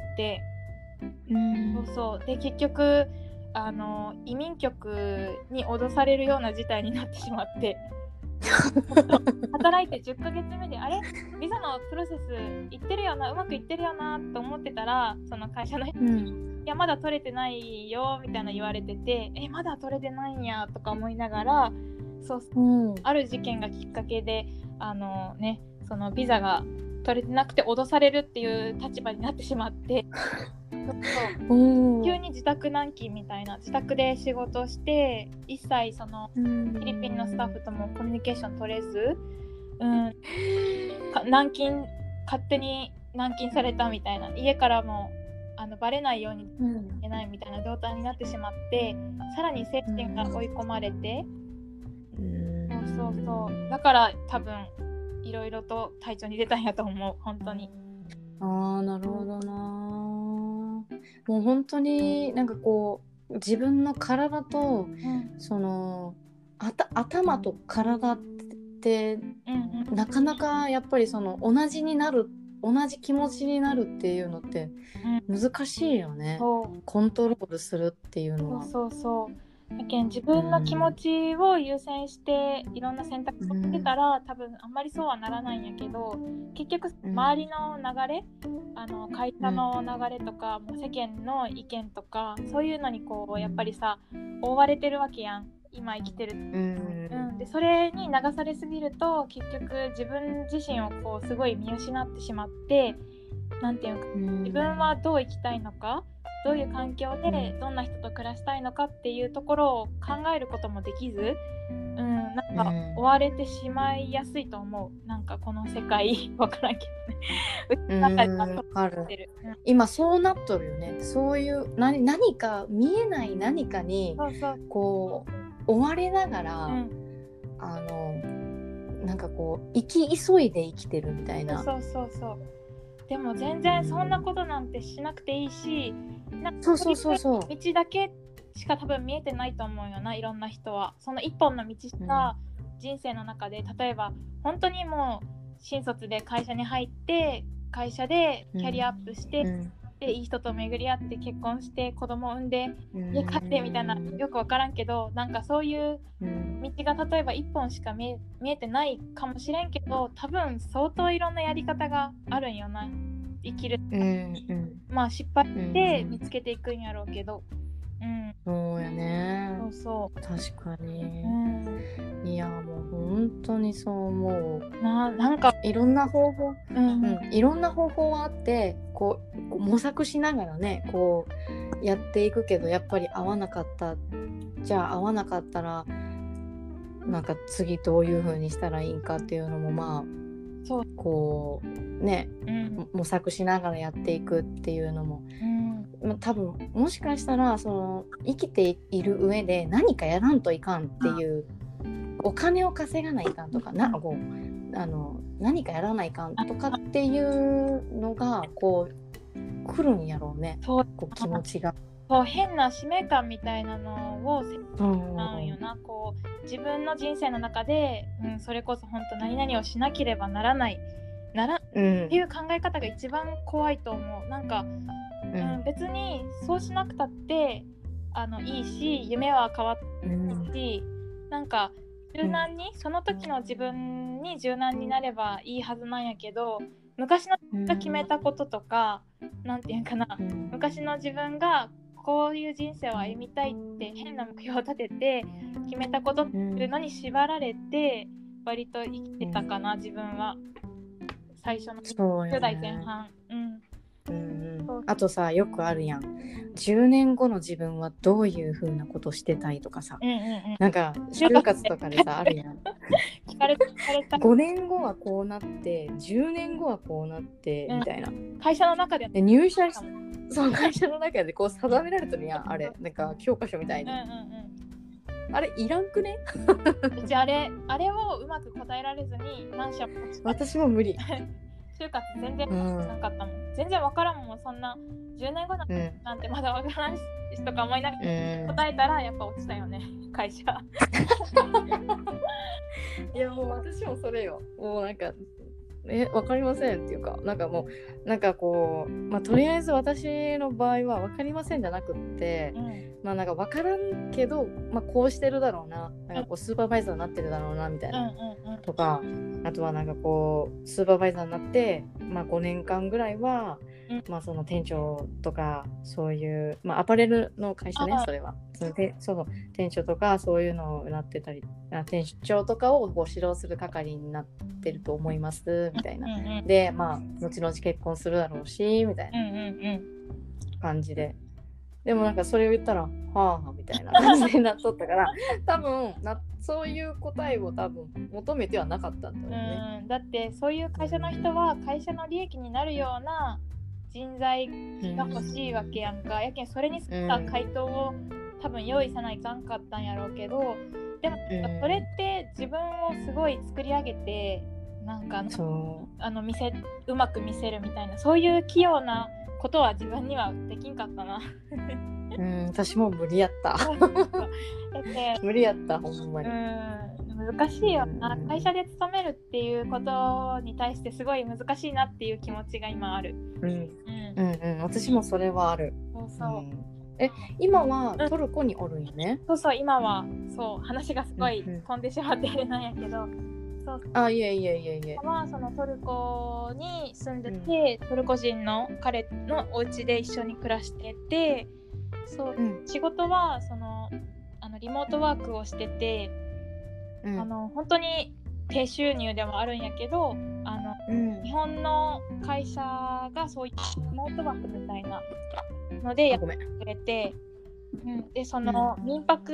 うん、そうそうで結局あの移民局に脅されるような事態になってしまって働いてじゅっかげつめであれビザのプロセスいってるよなうまくいってるよなと思ってたらその会社の人に、うん、いやまだ取れてないよみたいな言われててえまだ取れてないんやとか思いながらそうそう、うん、ある事件がきっかけであのねそのビザが取れてなくて脅されるっていう立場になってしまってそう急に自宅軟禁みたいな自宅で仕事して一切そのフィリピンのスタッフともコミュニケーション取れず、うん、軟禁勝手に軟禁されたみたいな家からもあのバレないようにいけないみたいな状態になってしまって、うん、さらに精神が追い込まれて、うん、そうそうそうだから多分いろいろと体調に出たんやと思う本当に。 あーなるほどなもう本当になんかこう自分の体と、うん、そのあた頭と体って、うんうん、なかなかやっぱりその同じになる同じ気持ちになるっていうのって難しいよね、うん、コントロールするっていうのはそうそうそうだけん自分の気持ちを優先していろんな選択をしてたら、うん、多分あんまりそうはならないんやけど結局周りの流れ、うん、あの会社の流れとか、うん、もう世間の意見とかそういうのにこうやっぱりさ覆われてるわけやん今生きてる、うんうん、でそれに流されすぎると結局自分自身をこうすごい見失ってしまってなんていうか、うん、自分はどう生きたいのかどういう環境でどんな人と暮らしたいのかっていうところを考えることもできず、うん、なんか追われてしまいやすいと思うなんかこの世界わからんけどねうんわかる、うん、今そうなっとるよねそういう何、何か見えない何かにそうそうこう追われながら、うん、あのなんかこう生き急いで生きてるみたいなそうそうそうそうでも全然そんなことなんてしなくていいしなんかそうそうそうそう道だけしか多分見えてないと思うよないろんな人はその一本の道しか人生の中で、うん、例えば本当にもう新卒で会社に入って会社でキャリアアップして、うんでいい人と巡り合って結婚して子供産んで家買ってみたいな、よく分からんけど、なんかそういう道が例えば一本しか見え、見えてないかもしれんけど、多分相当いろんなやり方があるんよな、生きる、 うんうん、 まあ失敗して見つけていくんやろうけど、うん、 そうやね。 そうそう、 確かに、 うん、 いやもう本当にそう思うな、なんかいろんな方法、 うんうん、いろんな方法はあってこう、こう模索しながらねこうやっていくけど、やっぱり合わなかった、じゃあ合わなかったらなんか次どういう風にしたらいいんかっていうのもまあそうこうね、 うん、 模索しながらやっていくっていうのも、 うん、 まあ、多分もしかしたらその生きている上で何かやらんといかんっていう、お金を稼がないかんとかな、こうあの何かやらないかんとかっていうのがこう来るんやろうね、 そうこう気持ちが。 そう、変な使命感みたいなのをうんなんよな、こう自分の人生の中で、うん、それこそ本当何々をしなければならないなら、うん、っていう考え方が一番怖いと思う。なんか、うんうん、別にそうしなくたってあのいいし、夢は変わっていいし、うん、なんか柔軟に、うん、その時の自分に柔軟になればいいはずなんやけど、昔の自分が決めたこととか、うん、なんていうかな、うん、昔の自分がこういう人生を歩みたいって変な目標を立てて決めたことっていうのに縛られて割と生きてたかな、自分は最初のじゅう代前半。うんうん、あとさ、よくあるやん、じゅうねんごの自分はどういう風なことしてたいとかさ、うんうんうん、なんか就活とかでさあるやん聞かれた聞かれたごねんごはこうなってじゅうねんごはこうなって、うん、みたいな、 会社の中でで入社しその会社の中でこう定められてるやん、あれなんか教科書みたいに、うんうんうん、あれいらんくねうちあれあれをうまく答えられずに何社も私も無理就活全然なかったもん、うん、全然わからんもん、そんなじゅうねんごなんてまだわからんしとか思いながら答えたらやっぱ落ちたよね、会社いやもう私もそれよ、もうなんかえ分かりませんっていうか、なんかもうなんかこう、まあ、とりあえず私の場合は分かりませんじゃなくって、うん、まあなんか分からんけど、まあ、こうしてるだろうな、なんかこうスーパーバイザーになってるだろうなみたいな、うんうんうん、とか、あとはなんかこうスーパーバイザーになって、まあ、ごねんかんぐらいは、うんまあ、その店長とかそういう、まあ、アパレルの会社ね、それはそのてその店長とかそういうのをなってたり、店長とかをご指導する係になってると思いますみたいな、うんうん、でまあ後々結婚するだろうしみたいな感じで、うんうんうん、でもなんかそれを言ったらはあみたいな感じになっとったから多分なそういう答えを多分求めてはなかったんだろうね。 うん、だってそういう会社の人は会社の利益になるような人材が欲しいわけやんか、うん、やけんそれに沿った回答を多分用意さないかんかったんやろうけど、でもそれって自分をすごい作り上げてなんかあの見せうまく見せるみたいな、そういう器用なことは自分にはできんかったなうん、私も無理やった無理やったほんまに。 うん、難しいよな、会社で勤めるっていうことに対してすごい難しいなっていう気持ちが今ある。 うん、うんうんうん、私もそれはある。 そうそう、うん、 え今はトルコにおるんよね、 うん、そうそう今はそう話がすごい飛んでしまってあれなんやけど、そうあいえいえいえいえはそのトルコに住んでて、うん、トルコ人の彼のお家で一緒に暮らしてて、そう、うん、仕事はそのあのリモートワークをしてて、うん、あの本当に低収入でもあるんやけど、あの、うん、日本の会社がそういうリモートワークみたいなのでやってくれて、うん、でその、うん、民泊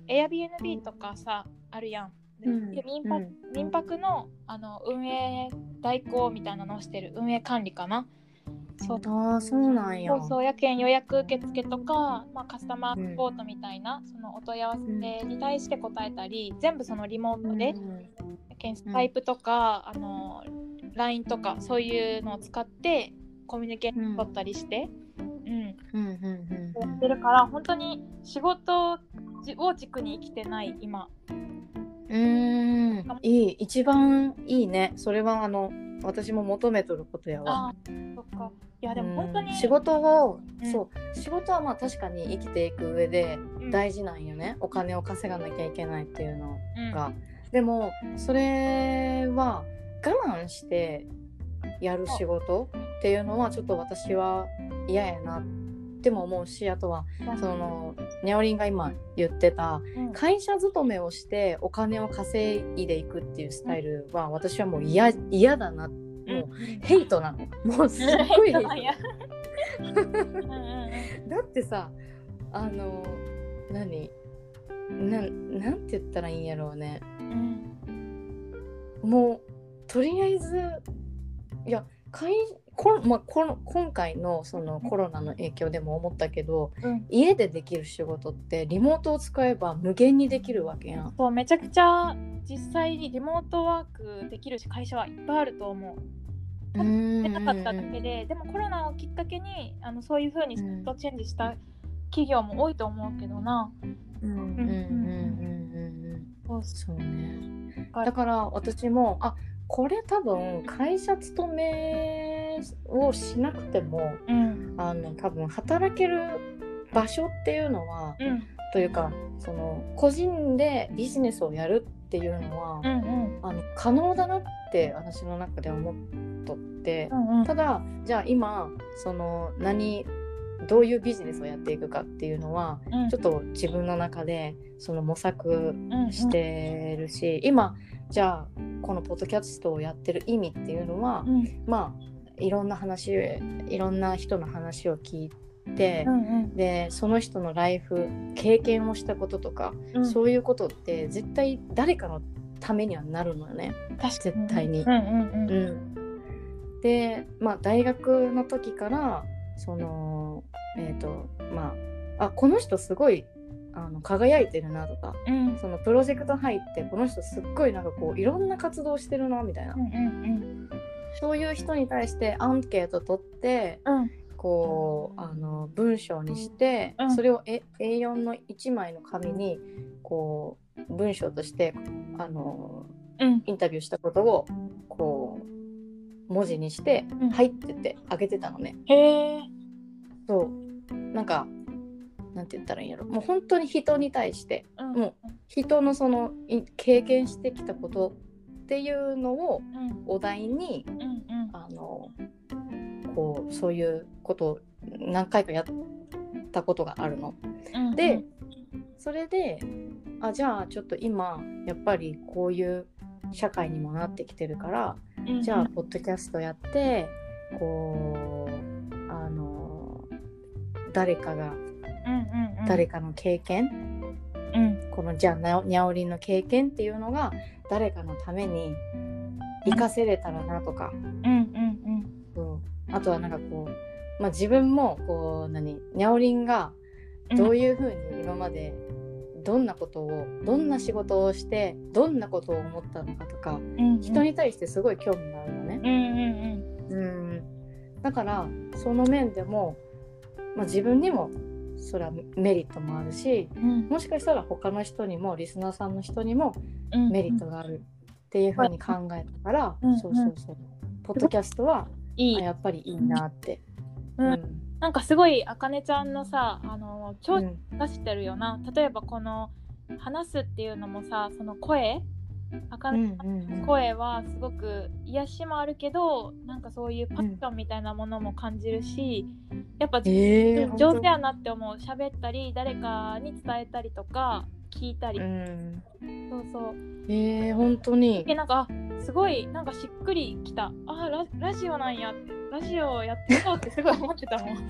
Airbnb とかさあるやん、で民泊、うん、民泊 の, あの運営代行みたいなのをしてる、運営管理かな。 そうあそうなんや。 そうそう、やけん予約受付とか、まあ、カスタマーサポートみたいな、うん、そのお問い合わせに対して答えたり、うん、全部そのリモートで、うん、やけんスカイプとか、うん、あの ライン とかそういうのを使ってコミュニケーション取ったりして、うんうんうんうん、やってるから本当に仕事を軸に生きてない今。 うーんいい一番いいね。それはあの私も求めとることやわ。 あそっか。いやでも本当に、 うん、仕事を、 うん、 そう仕事はまあ確かに生きていく上で大事なんよね、うん、お金を稼がなきゃいけないっていうのが、うん、でもそれは我慢してやる仕事っていうのはちょっと私は嫌やなっても思うし、あとはそのにゃおりんが今言ってた、うん、会社勤めをしてお金を稼いでいくっていうスタイルは私はもう嫌嫌だな、もうヘイトなの、もうすっごいヘイトだってさ、あの何ななんて言ったらいいんやろうね、うん、もうとりあえずいや会こ、まあ、この今回のそのコロナの影響でも思ったけど、うん、家でできる仕事ってリモートを使えば無限にできるわけやん。 そうめちゃくちゃ実際にリモートワークできる会社はいっぱいあると思う。出なかっただけで、でもコロナをきっかけにあのそういう風にシフトチェンジした企業も多いと思うけどな。 うんうんうんうんうん。そうね。だから私もあこれ多分会社勤めをしなくても、うん、あの多分働ける場所っていうのは、うん、というかその個人でビジネスをやるっていうのは、うんうん、あの可能だなって私の中で思っとって、うんうん、ただじゃあ今その何どういうビジネスをやっていくかっていうのは、うん、ちょっと自分の中でその模索してるし、うんうん、今じゃあこのポッドキャストをやってる意味っていうのは、うん、まあいろんな話いろんな人の話を聞いて、うんうん、でその人のライフ経験をしたこととか、うん、そういうことって絶対誰かのためにはなるのよね、絶対に、うんうんうんうん、で、まあ、大学の時からそのえっとまああこの人すごいあの輝いてるなとか、うん、そのプロジェクト入ってこの人すっごいなんかこういろんな活動してるなみたいな、うんうんうん、そういう人に対してアンケート取って、うん、こうあの文章にして、うん、それを エーよん のいちまいの紙にこう文章としてあの、うん、インタビューしたことをこう文字にして入っててあげてたのね、うん、へー、そうなんかなんて言ったらいいんやろ、もう本当に人に対して、うん、もう人のその経験してきたことっていうのをお題に、うんうん、あのこうそういうことを何回かやったことがあるの、うんうん、でそれであじゃあちょっと今やっぱりこういう社会にもなってきてるから、うんうん、じゃあポッドキャストやってこうあの誰かがうんうんうん、誰かの経験、うん、このじゃあにゃおりんの経験っていうのが誰かのために生かせれたらなとか、うんうんうん、そうあとはなんかこう、まあ、自分もこう何にゃおりんがどういうふうに今までどんなことをどんな仕事をしてどんなことを思ったのかとか、うんうん、人に対してすごい興味があるのね、うんうんうん、だからその面でも、まあ、自分にもそれはメリットもあるし、うん、もしかしたら他の人にもリスナーさんの人にもメリットがあるっていう風に考えたから、うんうん、そうそうそうポッドキャストはいいやっぱりいいなって、 うんうん、なんかすごいあかねちゃんのさあの超出してるよな、うん、例えばこの話すっていうのもさその声あかねちゃんの声はすごく癒しもあるけどなんかそういうパッションみたいなものも感じるし、うん、やっぱ、えー、上手やなって思う。喋ったり誰かに伝えたりとか聞いたり、うん、そうそうえー、本当にでなんかすごいなんかしっくりきた。あ ラ, ラジオなんやってラジオやってみようってすごい思ってたもん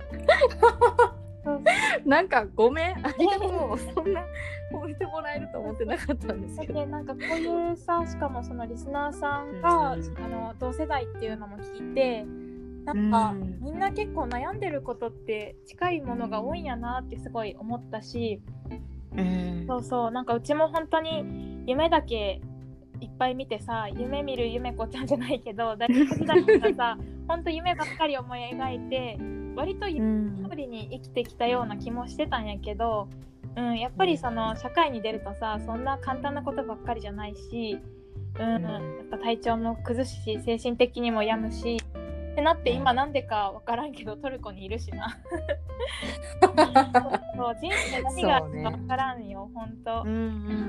なんかごめんありがとうそんな褒めてもらえると思ってなかったんですけど、 でなんかこういうさしかもそのリスナーさんが、うん、あの同世代っていうのも聞いてなんか、うん、みんな結構悩んでることって近いものが多いんやなってすごい思ったし、うん、そうそうなんかうちも本当に夢だけいっぱい見てさ夢見る夢子ちゃんじゃないけど大学時代からさ本当夢ばっかり思い描いて割と夢通りに生きてきたような気もしてたんやけど、うん、やっぱりその社会に出るとさそんな簡単なことばっかりじゃないしうん、やっぱ体調も崩すし精神的にも病むしってなって今なんでか分からんけどトルコにいるしなそう人生何があるか分からんよ、本当。 うんうんうんうんうん。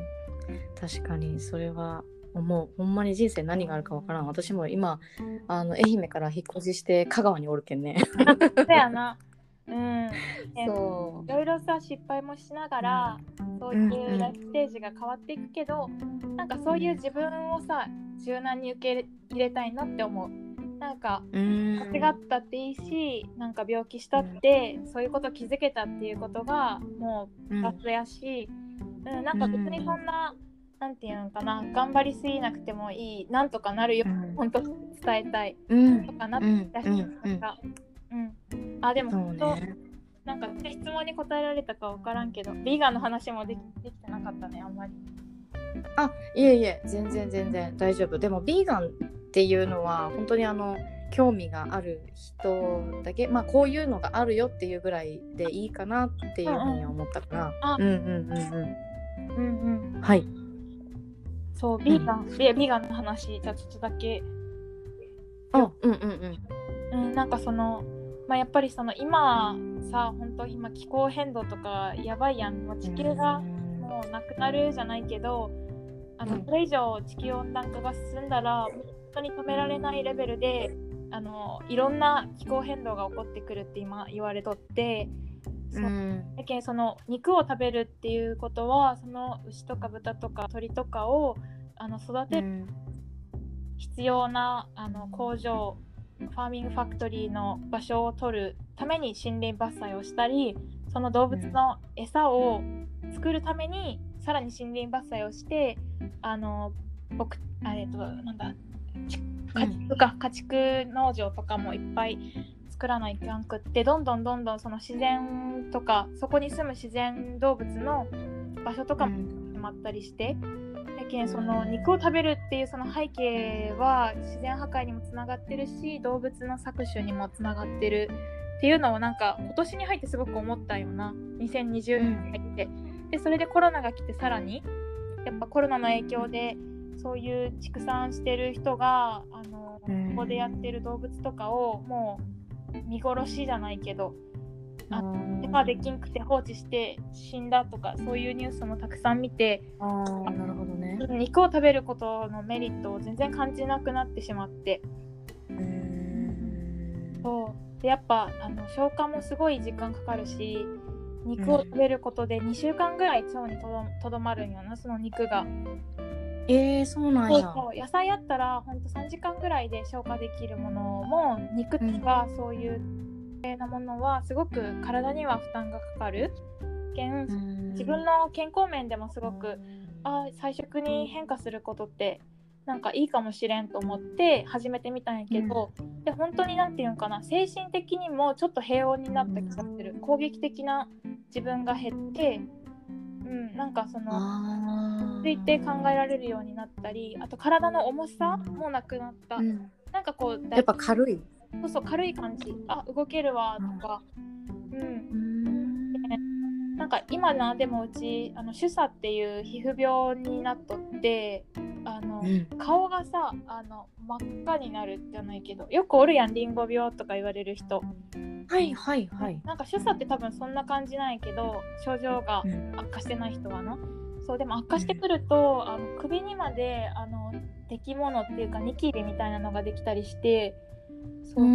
確かにそれはもうほんまに人生何があるか分からん。私も今あの愛媛から引っ越しして香川におるけんね。 そうやな。うん。 そう。 いろいろさ失敗もしながら、うん、そういうライフステージが変わっていくけど、うん、なんかそういう自分をさ柔軟に受け入れたいなって思う。なんか間違ったっていいし、なんか病気したって、うん、そういうこと気づけたっていうことがもうプラスやし、うんうん、なんか別にそんな、なんていうのかな、頑張りすぎなくてもいい、なんとかなるよ、うん、本当伝えたい、うん、とかなったし、うんうんうん、あでも本当、ね、なんか質問に答えられたか分からんけど、ビーガンの話もでき、できてなかったね、あんまり。 あ、いえいえ、全然全然大丈夫。でもビーガンっていうのは本当にあの興味がある人だけ、まあこういうのがあるよっていうぐらいでいいかなっていうふうに思ったから。うんうんうんうんうんうん。 はい。 そうビーガン、ビーガンの話じゃあちょっとだけ。 あ、うんうんうん。 うん、なんかその、まあ、やっぱりその今さ、本当今気候変動とかやばいやん。もう地球がもうなくなるじゃないけど、あのこれ以上地球温暖化が進んだら本当に止められないレベルで、あのいろんな気候変動が起こってくるって今言われとって、そうだけどその肉を食べるっていうことはその牛とか豚とか鳥とかをあの育てる必要なあの工場、ファーミングファクトリーの場所を取るために森林伐採をしたり、その動物の餌を作るためにさらに森林伐採をして、あの僕あえっとなんだ家畜か家畜農場とかもいっぱい作らないかんくって、どんどんどんどんその自然とかそこに住む自然動物の場所とかも決まったりして、だけんその肉を食べるっていうその背景は自然破壊にもつながってるし、動物の搾取にもつながってるっていうのをなんか今年に入ってすごく思ったよな。にせんにじゅうねんに入って、でそれでコロナが来てさらにやっぱコロナの影響でそういう畜産してる人があのここでやってる動物とかをもう見殺しじゃないけど、あ手ができんくて放置して死んだとかそういうニュースもたくさん見て、 ああなるほどね、 肉を食べることのメリットを全然感じなくなってしまって、うーんそうでやっぱあの消化もすごい時間かかるし、肉を食べることでにしゅうかんぐらい腸にと ど, とどまるんよな、その肉が。 えー、そうなんや。 そうそう、野菜あったらほんとさんじかんぐらいで消化できるものも、肉とかそういう系なものはすごく体には負担がかかるけん、自分の健康面でもすごくあ菜食に変化することってなんかいいかもしれんと思って始めてみたんやけど、うん、で本当になんていうのかな、精神的にもちょっと平穏になった気がする。攻撃的な自分が減って、うん、なんかそのついて考えられるようになったり、あと体の重さもなくなった、うん、なんかこうやっぱ軽い、 そうそう軽い感じ、あ動けるわとか、うん、うんでなんか今なでもうちあのシュサっていう皮膚病になっとって、あの、うん、顔がさあの真っ赤になるじゃないけど、よくおるやんリンゴ病とか言われる人。 はいはいはい。 なんかシュサって多分そんな感じなんやけど、症状が悪化してない人はな、うん、そうでも悪化してくると、うん、あの首にまであの出来物っていうかニキビみたいなのができたりして、そう、うん、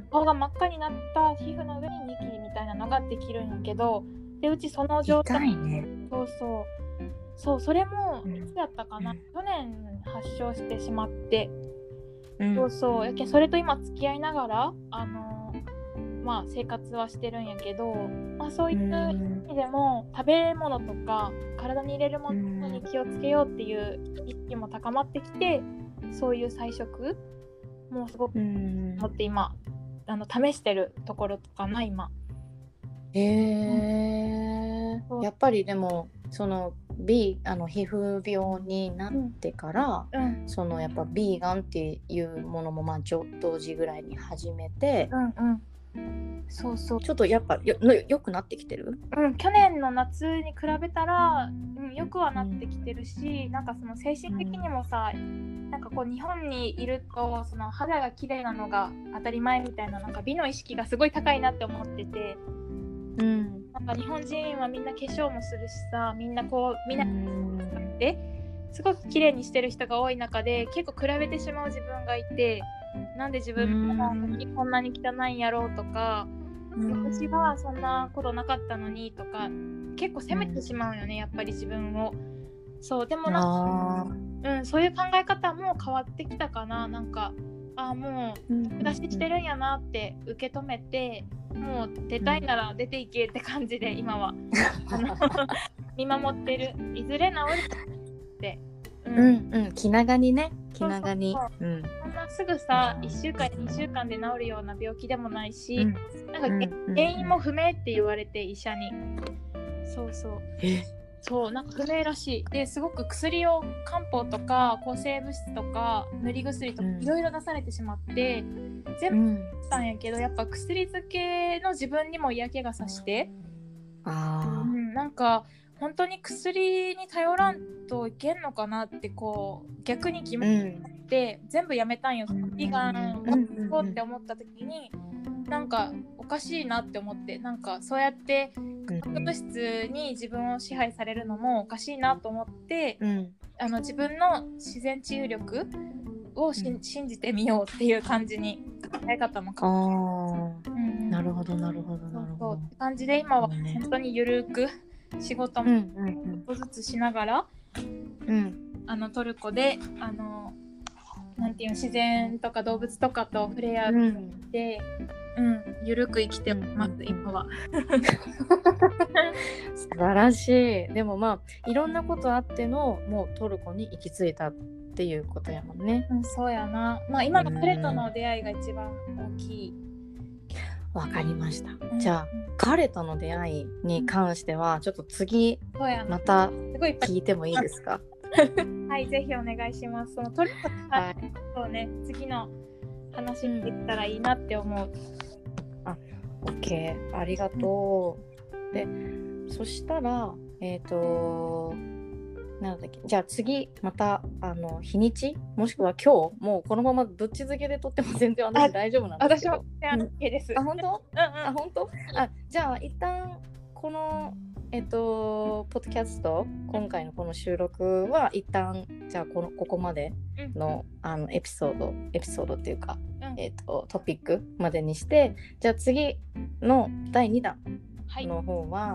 顔が真っ赤になった皮膚の上にニキビみたいなのができるんやけど、でうちその状態、 ね、 そうそうそうそれもいつやったかな、うん、去年発症してしまって、うん、そうそうやけそれと今付き合いながらあのまあ生活はしてるんやけど、まあそういう意味でも、うん、食べ物とか体に入れるものに気をつけようっていう意識も高まってきて、そういう菜食もうすごく持って今あの試してるところとかな今。 へえ、うん、やっぱりでもそのビあの皮膚病になってから、うんうん、そのやっぱビーガンっていうものもまあ同時ぐらいに始めて、 うんうん、 そうそう、 ちょっとやっぱよの良くなってきてる？ うん、去年の夏に比べたら、うん、よくはなってきてるし、なんかその精神的にもさ、なんかこう日本にいるとその肌が綺麗なのが当たり前みたいな、なんか美の意識がすごい高いなって思ってて、 うん、 なんか日本人はみんな化粧もするしさ、みんなこうみんなですごく綺麗にしてる人が多い中で結構比べてしまう自分がいて、なんで自分のこんなに汚いんやろうとか、私はそんなことなかったのにとか結構責めてしまうよね、やっぱり自分を。そうでもなんか、うん、そういう考え方も変わってきたかな。なんかあもう客出ししてるんやなって受け止めて、もう出たいなら出ていけって感じで今はあの見守ってる。いずれ治るって、 うんうんうん、気長にね、気長に。 そうそうそう、うん、そんなすぐさいっしゅうかんにしゅうかんで治るような病気でもないし、うん、なんか、うん、原因も不明って言われて医者に、そうそう、えそうなんか不明らしい。ですごく薬を漢方とか抗生物質とか塗り薬とかいろいろ出されてしまって、うん、全部したんやけど、やっぱ薬漬けの自分にも嫌気がさして、あ、うん、なんか本当に薬に頼らんといけんのかなってこう逆に疑問になって、うん、全部やめたんよ。胃がんをって思った時になんかおかしいなって思って、なんかそうやって化学物質に自分を支配されるのもおかしいなと思って、うん、あの自分の自然治癒力をし、うん、信じてみようっていう感じに考え方も変わって、あ、うん、なるほどなるほどなるほどって感じで今は本当にゆるく仕事もちょっとずつしながら、うん、あのトルコであのなんていうの自然とか動物とかと触れ合って、うんうん、ゆるく生きてます、うん、今は素晴らしい。でもまあいろんなことあってのもうトルコに行き着いたっていうことやもんね、うん、そうやな。まあ今の彼との出会いが一番大きい。わかりました、うん、じゃあ彼との出会いに関してはちょっと次また聞いてもいいですか？はい、ぜひお願いします。そのトルコの話をね、次の話できたらいいなって思う。うん、あ、OK、ありがとう。で、そしたらえっとなんだっけ、じゃあ次またあの日にちもしくは今日もうこのままぶっち続けで撮っても全然私大丈夫なんですけど。私も OK です。あ、本当？うんうん、あ、本当？あ、じゃあ一旦このえっとポッドキャスト今回のこの収録は一旦じゃあこのここまでの、うん、あのエピソードエピソードっていうか、うん、えっとトピックまでにして、じゃあ次のだいにだんの方は、はい、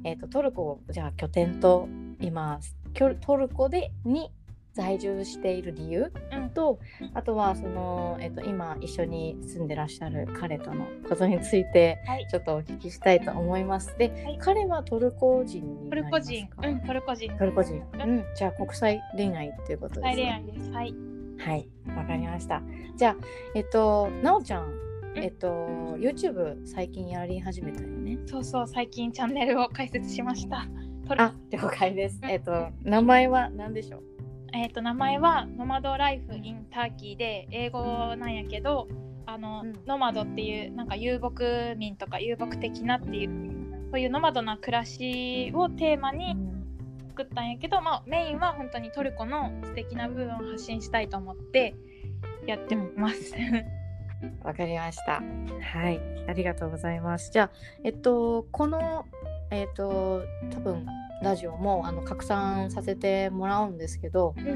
えっとトルコをじゃあ拠点と今トルコでに在住している理由と、うん、あとはその、えっと、今一緒に住んでらっしゃる彼とのことについてちょっとお聞きしたいと思います。で、はい、彼はトルコ人になりますか？トルコ人、うん、トルコ人。トルコ人、うん、じゃあ国際恋愛ということですね。国際恋愛です。はい。はい、わかりました。じゃあえっとなおちゃん、えっと YouTube 最近やり始めたよね。そうそう、最近チャンネルを開設しました。あ、了解です。えっと名前は何でしょう？えっと名前はノマドライフインターキーで英語なんやけど、あの、うん、ノマドっていうなんか遊牧民とか遊牧的なっていうそういうノマドな暮らしをテーマに作ったんやけど、まあメインは本当にトルコの素敵な部分を発信したいと思ってやってます。わかりました。はい、ありがとうございます。じゃあえっとこのえっと多分ラジオもあの拡散させてもらうんですけど、うん、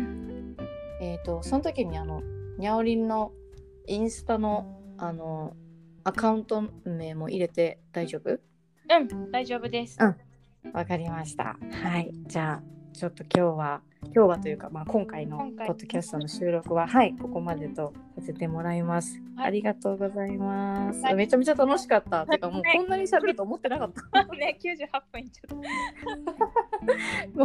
えっとその時にあのにゃおりんのインスタのあのアカウント名も入れて大丈夫？うん、大丈夫です。うん、わかりました。はい、じゃあちょっと今日は今日はというか、まあ、今回のポッドキャストの収録ははいここまでとさせてもらいます。はい、ありがとうございます。はい、めちゃめちゃ楽しかった。てかもうこんなに喋ると思ってなかった。ね、きゅうじゅうはっぷんいっちゃった。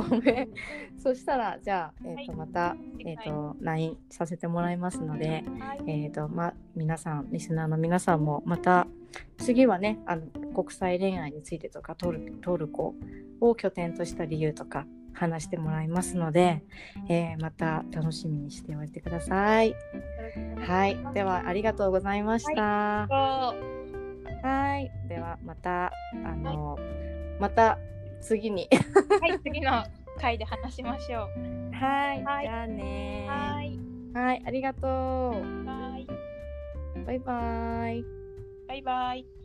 ごめん。そしたらじゃあ、えーと、また、えーと、ライン させてもらいますので、はい、えーとま、皆さんリスナーの皆さんもまた次はねあの国際恋愛についてとかトル、トルコを拠点とした理由とか話してもらいますので、えー、また楽しみにしておいてください。はい、ではありがとうございました。はい。 はい、ではまたあの、はい、また次にはい次の回で話しましょう。はい、はい、じゃあね。 はい、 はい、ありがとう。 はい、 バイバイ。 バイバイ。